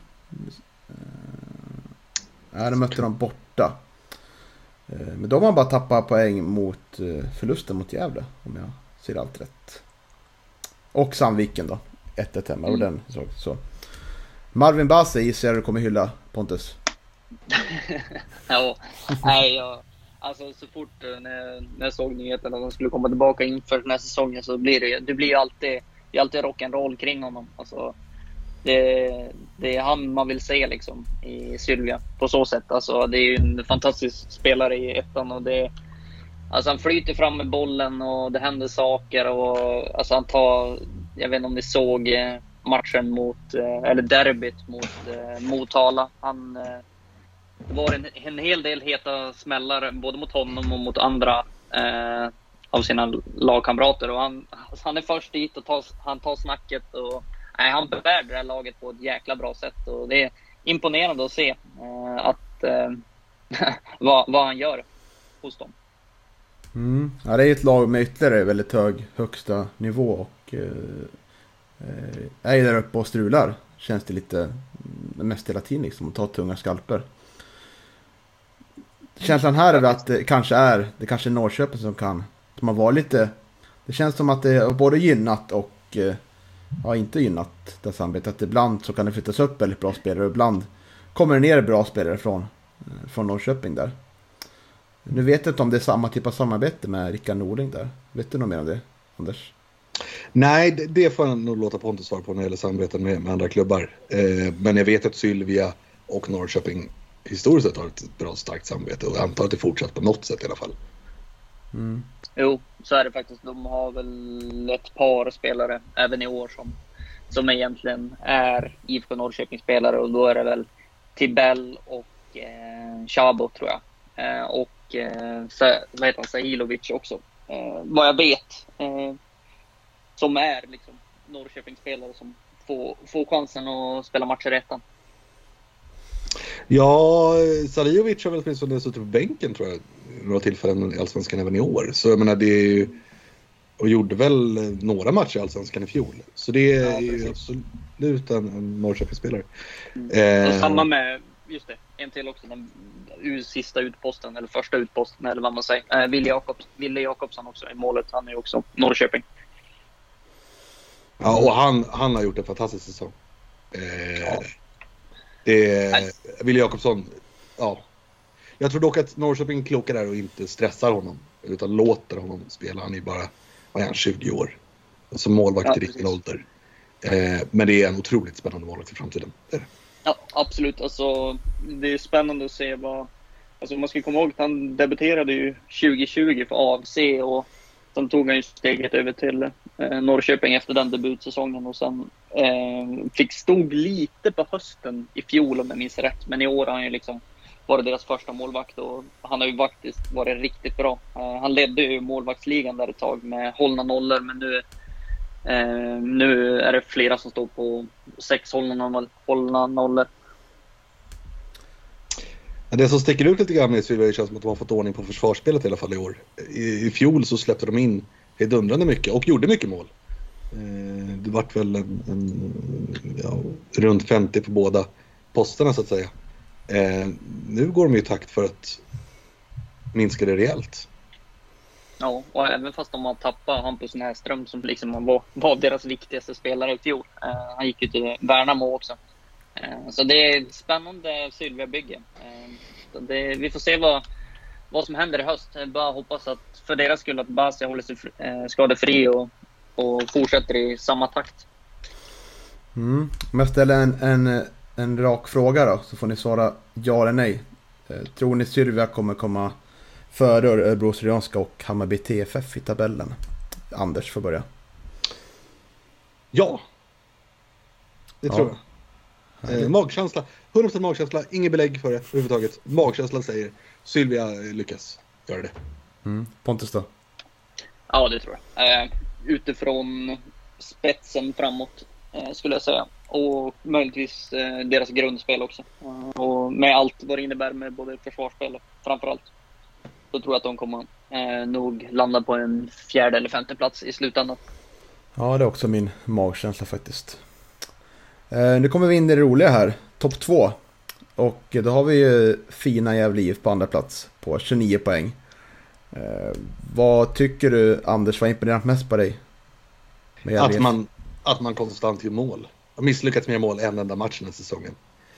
Ja, de mötte dem borta. Men de har bara tappat poäng mot förlusten mot Gävle, om jag ser allt rätt. Och Sandviken då, ett ett hemma. Mm. Och den, så, så. Marvin Basse gissar jag du kommer hylla, Pontus. Ja, nej, jag, alltså så fort när, när jag såg nyheten att de skulle komma tillbaka inför den här säsongen, så blir det, det blir ju alltid, det är alltid rock'n'roll kring honom. Alltså, det, det är han man vill se liksom i Sylvia på så sätt. Alltså, det är ju en fantastisk spelare i ettan, och det, alltså han flyter fram med bollen och det händer saker, och alltså han tar, jag vet inte om ni såg matchen mot, eller derbyt mot Motala. Han, det var en, en hel del heta smällar både mot honom och mot andra eh, av sina lagkamrater, och han, alltså han är först dit och tar, han tar snacket, och nej, han bär det här laget på ett jäkla bra sätt, och det är imponerande att se eh, att eh, vad, vad han gör hos dem. Mm. Ja, det är ett lag med ytterligare väldigt hög högsta nivå, och eh, är där uppe och strular, känns det lite mest hela tiden liksom, att ta tunga skalper. Känslan här är att det kanske är det kanske är Norrköping som kan, som har varit lite, det känns som att det är både gynnat och ja, inte gynnat det samarbetet, att ibland så kan det flyttas upp väldigt bra spelare och ibland kommer det ner bra spelare från, från Norrköping där. Nu vet jag inte om det är samma typ av samarbete med Rickard Norling där. Vet du något mer om det, Anders? Nej, det, det får jag nog låta Pontus svara på när det gäller samarbeten med, med andra klubbar. Eh, men jag vet att Sylvia och Norrköping historiskt sett har ett bra starkt samarbete, och jag antar att det fortsatt på något sätt i alla fall. Mm. Jo, så är det faktiskt. De har väl ett par spelare även i år som, som egentligen är I F K Norrköping-spelare, och då är det väl Tibell och eh, Chabo, tror jag. Eh, och eh, vad heter han, Sahilovic också. Eh, vad jag vet. Eh, som är liksom Norrköping-spelare som får, får chansen att spela matcher i ettan. Ja, Sahilovic har väl åtminstone suttit på bänken, tror jag, några tillfällen i Allsvenskan även i år. Så jag menar, det är ju, och gjorde väl några matcher i Allsvenskan i fjol. Så det är ja, ju absolut en, en Norrköping-spelare. Mm. Eh, och samma med, just det, en till också, den sista utposten, eller första utposten, eller vad man säger. Eh, Wille Jakobs, Wille Jakobsson också i målet, han är också Norrköping. Ja, och han, han har gjort en fantastisk säsong. Eh, ja. Det, Wille Jakobsson, ja. Jag tror dock att Norrköping klokar där och inte stressar honom, utan låter honom spela. Han är bara, vad är han, tjugo år. Alltså målvakt ja, i riktig ålder. Eh, men det är en otroligt spännande målvakt i framtiden. Det är det. Ja, absolut. Alltså, det är spännande att se vad... Alltså, man ska komma ihåg att han debuterade ju tjugo tjugo för A F C, och sen tog han ju steget över till eh, Norrköping efter den debutsäsongen, och sen eh, fick stod lite på hösten i fjol om jag minns rätt, men i år har han ju liksom varit deras första målvakt, och han har ju faktiskt varit riktigt bra. Eh, han ledde ju målvaktsligan där ett tag med hållna nollor, men nu, eh, nu är det flera som står på sex hållna, hållna nollor. Det som sticker ut lite grann med Sylvia känns som att de har fått ordning på försvarsspelet i alla fall i år. I, i fjol så släppte de in hedundrande mycket och gjorde mycket mål. Eh, det vart väl en, en, ja, runt femtio på båda posterna så att säga. Eh, nu går de ju i takt för att minska det rejält. Ja, och även fast de har tappat Hampus Näsström som liksom var, var deras viktigaste spelare i fjol. Eh, han gick ju till Värnamo också. Så det är ett spännande Sylvia-bygge. Så det, vi får se vad, vad som händer i höst. Jag bara hoppas att för deras skull att Basia håller sig skadefri och, och fortsätter i samma takt. Mm. Om jag ställer en, en, en rak fråga då, så får ni svara ja eller nej. Tror ni Sylvia kommer komma före Örebro Syrianska och Hammarby T F F i tabellen? Anders får börja. Ja. Det Ja. tror jag. Eh, magkänsla. hundra procent magkänsla. Inget belägg för det överhuvudtaget. Magkänslan säger Sylvia lyckas göra det. Mm. Pontus då? Ja, det tror jag. Eh, utifrån spetsen framåt eh, skulle jag säga. Och möjligtvis eh, deras grundspel också. Eh, och med allt vad det innebär med både försvarsspel och framförallt. Så tror jag att de kommer eh, nog landa på en fjärde eller femte plats i slutändan. Ja, det är också min magkänsla faktiskt. Eh, nu kommer vi in i det roliga här. Topp två. Och då har vi ju fina Gävle I F på andra plats på tjugonio poäng. Eh, vad tycker du, Anders, var imponerande mest på dig? Med Gävle I F? Att man, att man konstant gör mål. Har misslyckats med mål en enda match den här säsongen.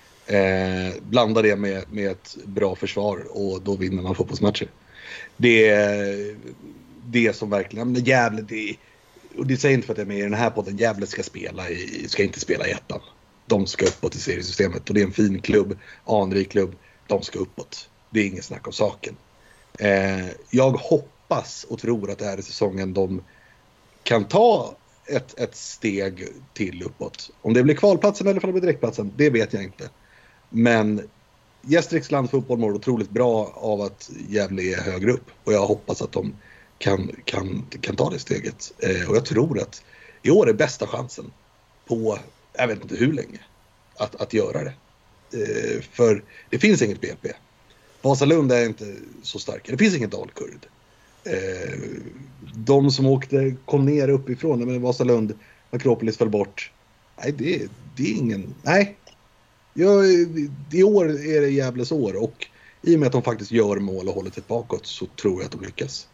Eh, blanda det med, med ett bra försvar och då vinner man fotbollsmatcher. Det är det som verkligen, men Gävle, det, och det säger inte för att jag är med i den här podden, Gävle ska spela i, ska inte spela i ettan. De ska uppåt i seriesystemet och det är en fin klubb, anrik klubb, de ska uppåt. Det är ingen snack om saken. Eh, jag hoppas och tror att det här är säsongen de kan ta ett, ett steg till uppåt. Om det blir kvalplatsen eller om det blir direktplatsen, det vet jag inte. Men Gästriks landsfotboll mår otroligt bra av att Gävle är högre upp. Och jag hoppas att de kan, kan, kan ta det steget. Eh, och jag tror att i år är bästa chansen på, jag vet inte hur länge, att, att göra det. Eh, för det finns inget B L P. Vasalund är inte så stark. Det finns inget Dalkurd. Eh, de som åkte, kom ner uppifrån, men Vasalund, Akropolis föll bort. Nej, det, det är ingen, nej. Ja, i år är det Gävles år och i och med att de faktiskt gör mål och håller sig bakåt så tror jag att de lyckas.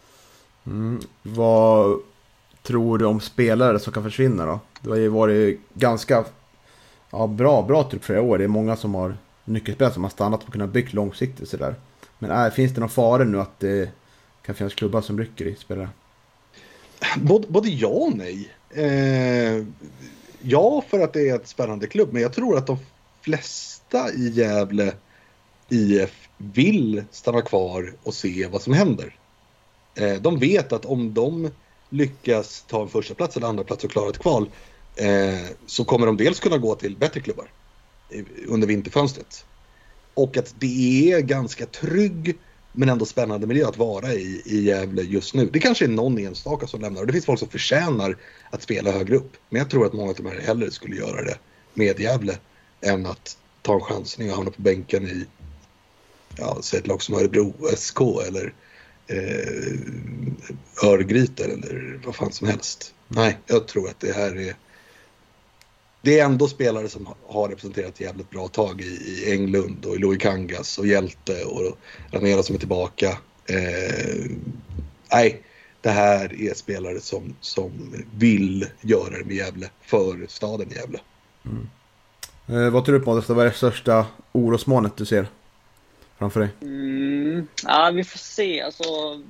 Mm. Vad tror du om spelare som kan försvinna då? Det har ju varit ganska ja, bra, bra typ flera år. Det är många som har nyckelspelare som har stannat och kunnat bygga långsiktigt sådär. Men är, finns det någon fara nu att det kan finnas klubbar som rycker i spelare? Både, både ja och nej. Eh, ja, för att det är ett spännande klubb, men jag tror att de flesta i Gävle I F vill stanna kvar och se vad som händer. Eh, de vet att om de lyckas ta en första plats eller andra plats och klara ett kval eh, så kommer de dels kunna gå till bättre klubbar under vinterfönstret. Och att det är ganska trygg men ändå spännande miljö att vara i, i Gävle just nu. Det kanske är någon enstaka som lämnar och det finns folk som förtjänar att spela högre upp. Men jag tror att många av de här hellre skulle göra det med Gävle än att ta en chansning och hamna på bänken i ja, säg ett lag som Örebro S K eller eh, Örgryte eller vad fan som helst. Nej, jag tror att det här är det är ändå spelare som har representerat jävligt bra tag i, i Englund och i Louis Kangas och Hjälte och Ranera som är tillbaka. Eh, nej, det här är spelare som, som vill göra det med Gävle för staden Gävle. Mm. Eh, vad tror du på det? Vad är det största orosmolnet du ser framför dig? Mm, ja, vi får se. Alltså,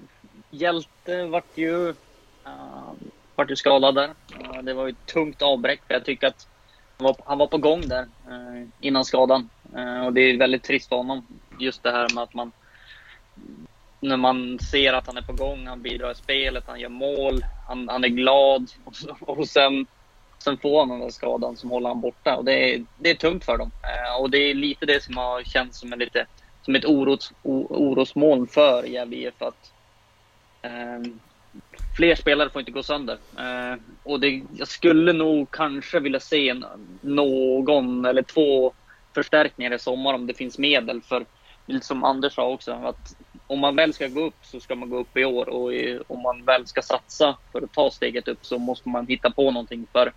Hjälte vart ju, uh, vart ju skadad där. Uh, det var ju ett tungt avbräck. För jag tycker att han var, han var på gång där uh, innan skadan. Uh, och det är väldigt trist för honom. Just det här med att man när man ser att han är på gång, han bidrar i spelet, han gör mål, han, han är glad och, och sen, sen får han den där skadan som håller han borta. Och det är, det är tungt för dem. Uh, och det är lite det som har känts som en lite som ett oros, o, orosmoln för Gävle I F att eh, fler spelare får inte gå sönder. Eh, och det, jag skulle nog kanske vilja se en, någon eller två förstärkningar i sommar om det finns medel. För som Anders sa också, att om man väl ska gå upp så ska man gå upp i år. Och i, om man väl ska satsa för att ta steget upp så måste man hitta på någonting för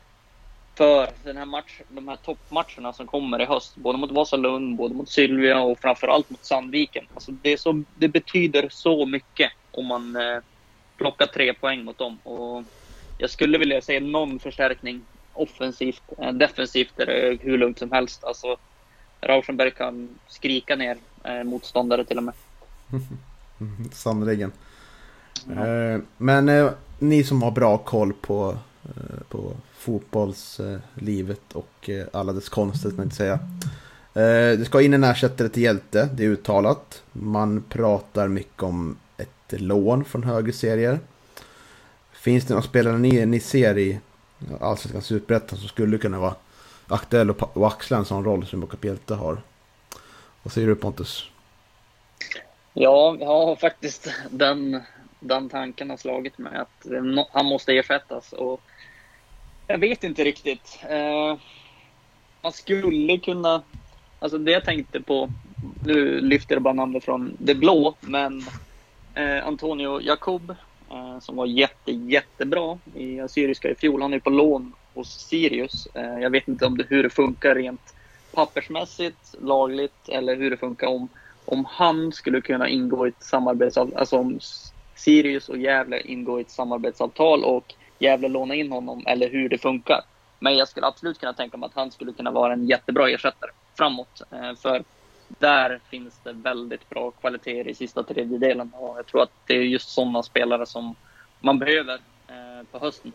För den här match, de här toppmatcherna som kommer i höst, både mot Vasalund, både mot Sylvia och framförallt mot Sandviken. Alltså det, är så, det betyder så mycket om man eh, plockar tre poäng mot dem. Och jag skulle vilja se någon förstärkning offensivt. Eh, defensivt är det hur lugnt som helst. Alltså, Rauschenberg kan skrika ner eh, motståndare till och med. Sannoliken. Mm. Eh, men eh, ni som har bra koll på, eh, på fotbollslivet eh, och eh, alla dess konster, kan man inte säga. Eh, det ska in en ersättare till Hjälte, det är uttalat. Man pratar mycket om ett lån från högre serier. Finns det några spelare ni, ni ser i Allsvenskan Superettan som skulle kunna vara aktuell och, och axla en sån roll som Jakob Hjälte har? Vad säger du, Pontus? Ja, jag har faktiskt den, den tanken har slagit mig att han måste ersättas. Och jag vet inte riktigt. Eh, man skulle kunna... Alltså det jag tänkte på... Nu lyfter jag bara namnet från det blå. Men eh, Antonio Jakob, eh, som var jätte, jättebra i Assyriska i fjol. Han är på lån hos Sirius. Eh, jag vet inte om det, hur det funkar rent pappersmässigt, lagligt, eller hur det funkar om... Om han skulle kunna ingå i ett samarbetsavtal, alltså om Sirius och Gävle ingår i ett samarbetsavtal och Gävle lånar in honom, eller hur det funkar. Men jag skulle absolut kunna tänka mig att han skulle kunna vara en jättebra ersättare framåt. För där finns det väldigt bra kvaliteter i sista tredjedelen. Och jag tror att det är just sådana spelare som man behöver på hösten.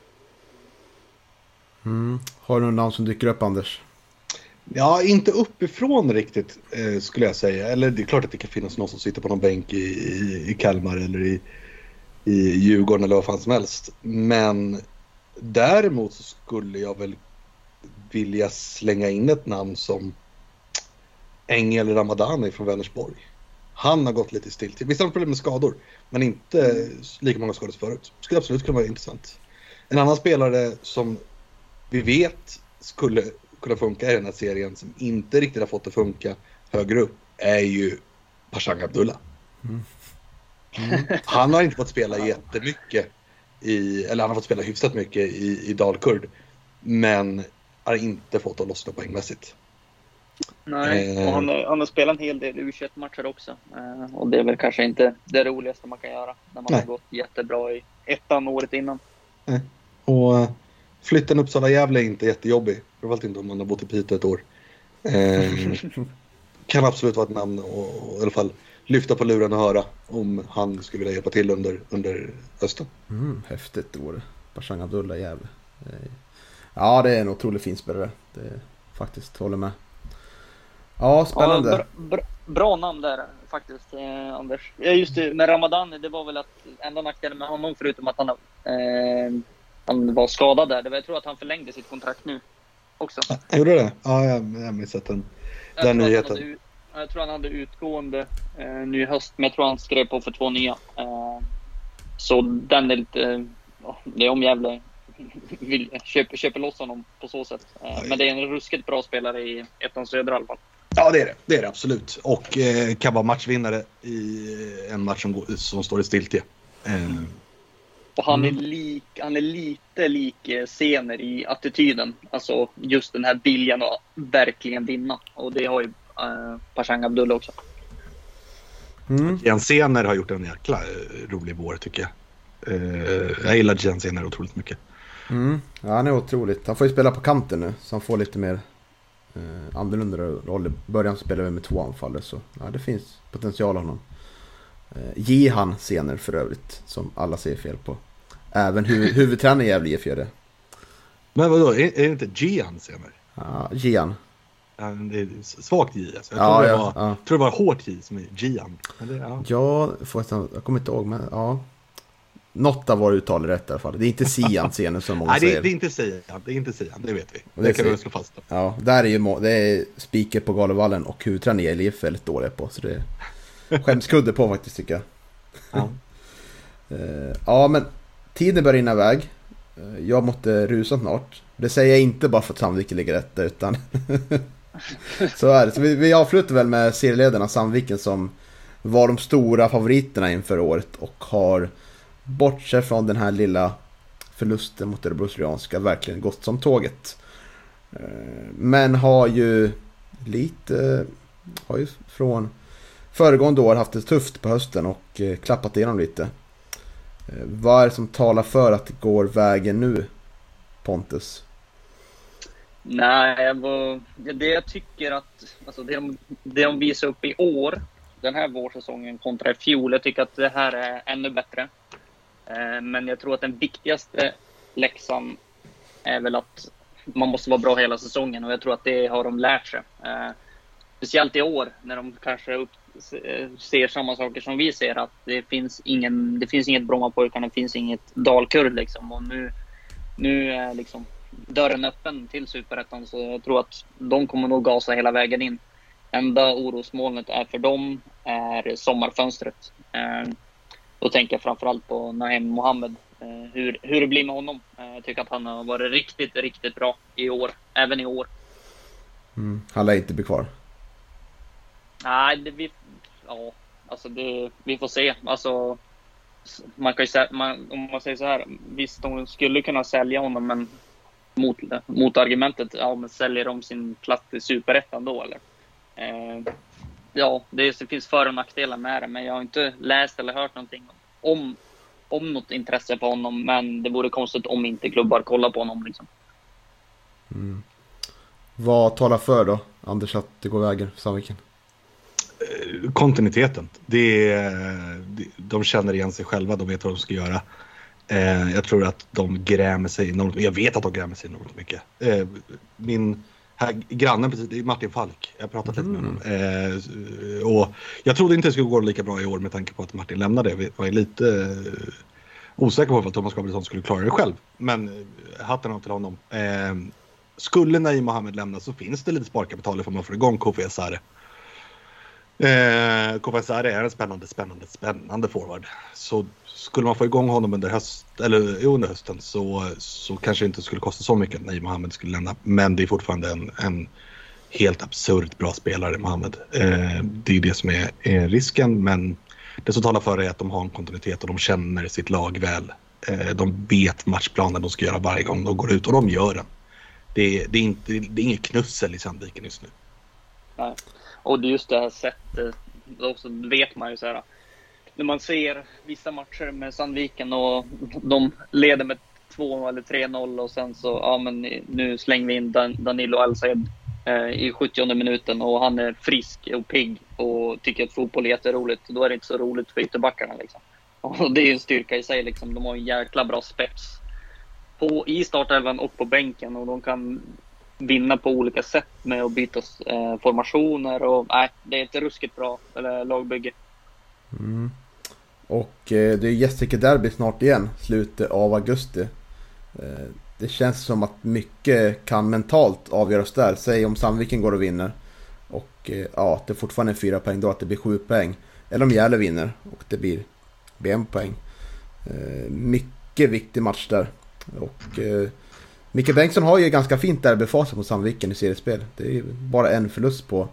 Mm. Har du någon namn som dyker upp, Anders? Ja, inte uppifrån riktigt eh, skulle jag säga. Eller det är klart att det kan finnas någon som sitter på någon bänk i, i, i Kalmar eller i, i Djurgården eller vad fan som helst. Men däremot så skulle jag väl vilja slänga in ett namn som Engel Ramadani från Vänersborg. Han har gått lite still till. Visst har han problem med skador, men inte lika många skador förut. Skulle absolut kunna vara intressant. En annan spelare som vi vet skulle kunna funka i den här serien, som inte riktigt har fått det funka högre upp, är ju Pashang Abdullah. Mm. Mm. Han har inte fått spela jättemycket i, eller han har fått spela hyfsat mycket i, i Dalkurd, men har inte fått att lossna poängmässigt. Nej, och han, han har spelat en hel del U tjugoett-matcher också. Eh, och det är väl kanske inte det roligaste man kan göra när man Nej. har gått jättebra i ettan året innan. Nej. Och flytten Uppsala-Gävle är inte jättejobbig. Framförallt inte om man har bott i Piteå ett år. Eh, kan absolut vara ett namn och, och i alla fall lyfta på luren och höra om han skulle vilja hjälpa till under, under hösten. Mm, häftigt det vore. Pashang Abdullah Gävle. Ja, det är en otroligt fin spelare. Det är, faktiskt, håller med. Ja, spännande. Ja, bra, bra, bra namn där faktiskt, eh, Anders. Ja, just det, med Ramadan, det var väl att enda nackdelen med honom, förutom att han, eh, han var skadad där. Det var, jag tror att han förlängde sitt kontrakt nu också. Ja, gjorde det? Ja, jag har missat den, den nyheten. Hade, jag tror han hade utgående eh, ny höst, men jag tror han skrev på för två nya. Eh, så den är lite, eh, det är om Gävle vill köpa, köpa loss honom på så sätt. Eh, men det är en ruskigt bra spelare i ettan södra i alla fall. Ja, det är det. Det är det absolut. Och eh, kan vara matchvinnare i en match som, går, som står i stiltje. Eh. Och han är, lik, han är lite lik Sener i attityden. Alltså just den här viljan att verkligen vinna. Och det har ju eh, Pashang Abdullah också. Mm. Jens Sener har gjort en jäkla eh, rolig vår, tycker jag. Eh, jag gillar Jens Sener otroligt mycket. Mm. Ja, han är otroligt. Han får ju spela på kanten nu, så han får lite mer eh, annorlunda roll. I början spelar vi med två anfallare, så ja, det finns potential av honom. Eh, ge han Sener för övrigt, som alla säger fel på. Även hu- huvudtränaren i Gävle gör det. Men vadå, är, är det inte Gian Sener? Ja, Gian. Ja, det är svagt J. Alltså. Jag, ja, tror det ja, var, ja. tror det var hårt J som är Gian. Men det, ja, ja får jag, jag kommer inte ihåg, men ja. Något av våra uttal är rätt i alla fall. Det är inte Sian Sener som många Nej, det, säger. det är inte Sian, det är inte Sian, det vet vi. Och det, det kan ser, vi slå fast. Ja, där är ju må- det är speaker på Galovallen och huvudtränaren i L I F väldigt dåliga på, så det är skämskudde på faktiskt, tycker jag. Ja. uh, ja, men tiden börjar rinna iväg. Uh, jag måste rusa snart. Det säger jag inte bara för att Sandviken ligger rätt, utan så är det. Så vi, vi avslutar väl med serieledarna Sandviken, som var de stora favoriterna inför året och har, bortsett från den här lilla förlusten mot Örebro Syrianska, verkligen gått som tåget. Men har ju lite har ju från föregående år haft det tufft på hösten och klappat igenom lite. Vad är det som talar för att det går vägen nu, Pontus? Nej, jag var, det jag tycker att alltså det, de, det de visar upp i år, den här vårsäsongen kontra i fjol, jag tycker att det här är ännu bättre. Eh, men jag tror att den viktigaste läxan är väl att man måste vara bra hela säsongen, och jag tror att det har de lärt sig. Eh, speciellt i år när de kanske upp, ser samma saker som vi ser, att det finns ingen, det finns inget Brommapojkarna, det finns inget Dalkurd liksom, och nu, nu är liksom dörren öppen till Superettan, så jag tror att de kommer nog gasa hela vägen in. Enda orosmolnet är för dem är sommarfönstret. Eh, då tänker jag framförallt på Nahem Mohammed. Eh, hur, hur det blir med honom. Eh, jag tycker att han har varit riktigt, riktigt bra i år. Även i år. Mm. Han lär inte bli kvar. Nej, det, vi, ja, alltså det, vi får se. Alltså, man kan ju, man, om man säger så här, visst de skulle kunna sälja honom, men mot, mot argumentet, ja, men säljer de sin plats till Superettan då, eller? Eh, ja, det, det finns för- och nackdelar med det, men jag har inte läst eller hört någonting om, om något intresse på honom, men det vore konstigt om inte klubbar kollar på honom liksom. Mm. Vad talar för då, Anders, att det går vägen för Sandviken? Kontinuiteten. Det är, de känner igen sig själva, de vet vad de ska göra. Eh, jag tror att de grämer sig enormt. Jag vet att de grämer sig enormt mycket. Eh, min här, grannen, precis, Martin Falk, jag har pratat lite med honom. Eh, och jag trodde inte det skulle gå lika bra i år med tanke på att Martin lämnade. Jag var lite eh, osäker på att Thomas Gabrielsson skulle klara det själv. Men eh, hatten av till honom. Eh, skulle Naim Mohammed lämna så finns det lite sparkapital för man får igång Kofi Asare. Eh, Kofi Asare är en spännande, spännande, spännande forward. Så skulle man få igång honom under höst eller under hösten så, så kanske det inte skulle kosta så mycket när Mohammed skulle lämna. Men det är fortfarande en, en helt absurt bra spelare, Mohammed. Eh, det är det som är, är risken, men det som talar för är att de har en kontinuitet och de känner sitt lag väl. Eh, de vet matchplanen de ska göra varje gång de går ut, och de gör den. Det är, det är, inte, det är inget knussel i Sandviken just nu. Nej. Och det är just det här sättet, också vet man ju så här, när man ser vissa matcher med Sandviken och de leder med två eller tre noll och sen så, ja men nu slänger vi in Dan- Danilo Alsaid eh, i sjuttionde minuten och han är frisk och pigg och tycker att fotboll är jätteroligt. Då är det inte så roligt för ytterbackarna liksom. Och det är ju en styrka i sig liksom. De har en jäkla bra spets på, i startelvan och på bänken, och de kan vinna på olika sätt med att byta eh, formationer, och nej, det är ett ruskigt bra eller, lagbygge. Mm. Och eh, det är Gästrike derby snart igen, slutet av augusti. Eh, det känns som att mycket kan mentalt avgöras där. Säg om Sandviken går och vinner och eh, ja, det är fortfarande fyra poäng då, att det blir sju poäng. Eller om Gävle vinner och det blir, blir en poäng. Eh, mycket viktig match där. Och eh, Micke Bengtsson har ju ganska fint derbyfas mot Sandviken i seriespel. Det är ju bara en förlust på,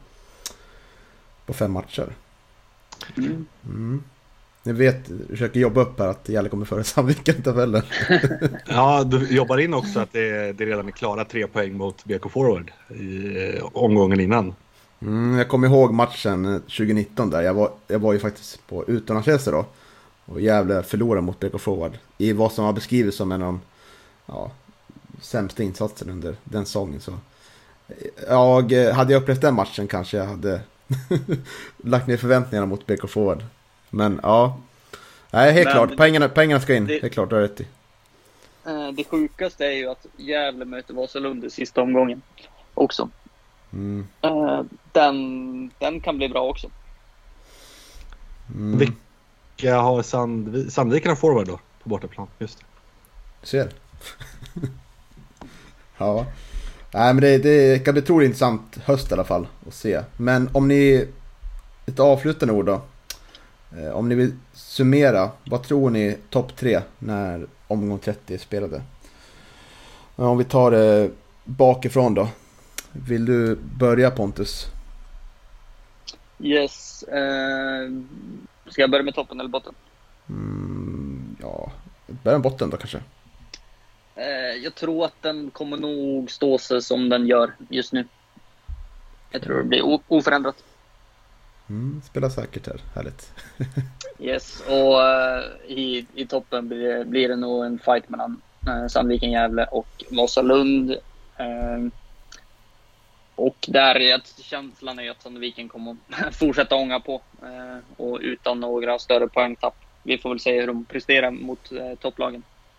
på fem matcher. Mm. Mm. Ni vet, försöker jobba upp här att Gävle kommer före Sandviken tabellen. Ja, du jobbar in också att det, det redan är klara tre poäng mot B K Forward i eh, omgången innan. Mm, jag kommer ihåg matchen tjugonitton där. Jag var, jag var ju faktiskt på utomlandsresa då. Och Gävle förlorade mot B K Forward. I vad som har beskrivits som en av de ja, sämsta insatsen under den säsongen. Så jag, hade jag upplevt den matchen kanske jag hade lagt ner förväntningarna mot B K Forward. Men ja, nej, helt Men, klart. Pengarna, pengarna ska in, det, helt klart, du har rätt i. Det sjukaste är ju att Gävle möter Vasalund i sista omgången också. Mm. Den, den kan bli bra också. Mm. Vilka har Sand, Sandviken har forward då på bortaplan? Just det. Ser. Ja. Nej, men det, det kan bli troligt intressant höst i alla fall att se. Men om ni, ett avslutande ord då. Eh, om ni vill summera, vad tror ni topp tre när omgång trettio spelade? Men om vi tar det bakifrån då. Vill du börja, Pontus? Yes. Eh, ska jag börja med toppen eller botten? Mm, ja, börja med botten då kanske. Eh, jag tror att den kommer nog stå sig som den gör just nu. Jag tror det blir o- oförändrat. Mm, spela säkert här, härligt. Yes, och uh, i, i toppen blir det, blir det nog en fight mellan uh, Sandviken, Gävle och Vasalund. Uh, Och där är känslan är att Sandviken kommer att fortsätta ånga på. Eh, och utan några större poängtapp. Vi får väl se hur de presterar mot eh, topplagen.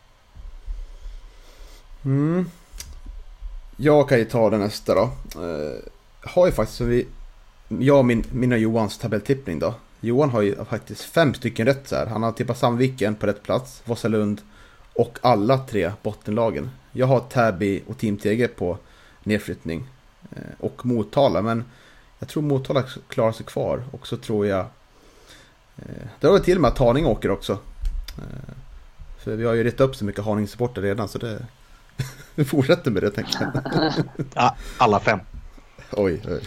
Mm. Jag kan ju ta det nästa då. Eh, har ju faktiskt, så vi, jag och min, min och Johans tabelltippning då. Johan har ju faktiskt fem stycken rätt så här. Han har tippat Sandviken på rätt plats, Vossalund och alla tre bottenlagen. Jag har Täby och Team T G på nedflyttning eh, och Motala, men jag tror Motala klarar sig kvar, och så tror jag eh, det har väl till och med att Haninge åker också. Eh, för vi har ju rätt upp så mycket Haninge-supporter redan, så det vi fortsätter med det, tänker jag. Ja, alla fem. Oj, oj.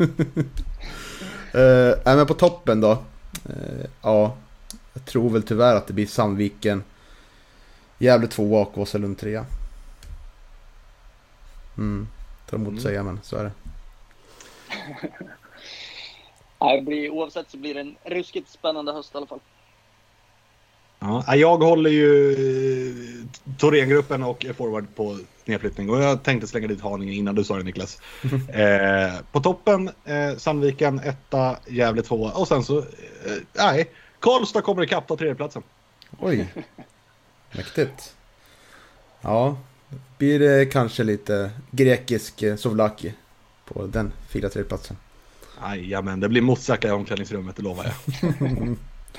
uh, men på toppen då. Uh, ja, jag tror väl tyvärr att det blir Sandviken, Gävle två och Vossalund tre. Mm, tar emot mm. säga, men så är det. Ja, det blir, oavsett så blir det en ruskigt spännande höst i alla fall. Ja, jag håller ju Thorengruppen och forward på nedflyttning, och jag tänkte slänga dit Haninge innan du sa det, Niklas. eh, på toppen eh, Sandviken etta, Gävle två, och sen så eh, nej, Karlstad kommer i kapp på tredjeplatsen. Oj, mäktigt. Ja, blir det kanske lite grekisk souvlaki på den fyra tredjeplatsen. Nej, men det blir moussaka i omklädningsrummet, det lovar jag.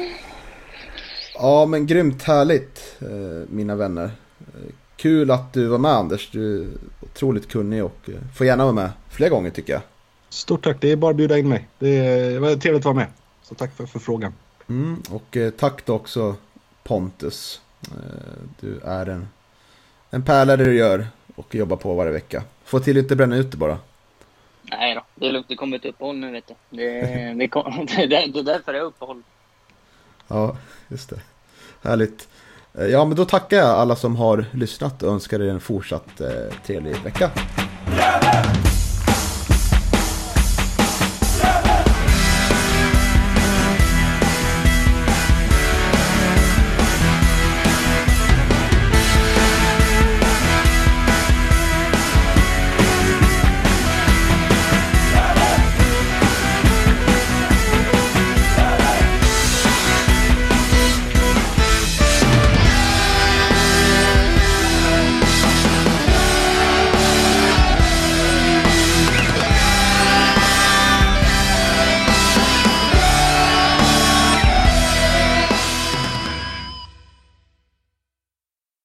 Ja, men grymt härligt, mina vänner. Kul att du var med, Anders. Du är otroligt kunnig och får gärna vara med fler gånger, tycker jag. Stort tack, det är bara att bjuda in mig. Det var trevligt att vara med. Så tack för, för frågan. Mm, och tack då också, Pontus. Du är en, en pärla det du gör och jobbar på varje vecka. Få till inte bränna ut det bara. Nej då, det är lugnt. Det kommer ett uppehåll nu, vet du. Det, det, kom, det, det är därför det är uppehåll. Ja, just det. Härligt. Ja, men då tackar jag alla som har lyssnat och önskar er en fortsatt eh, trevlig vecka.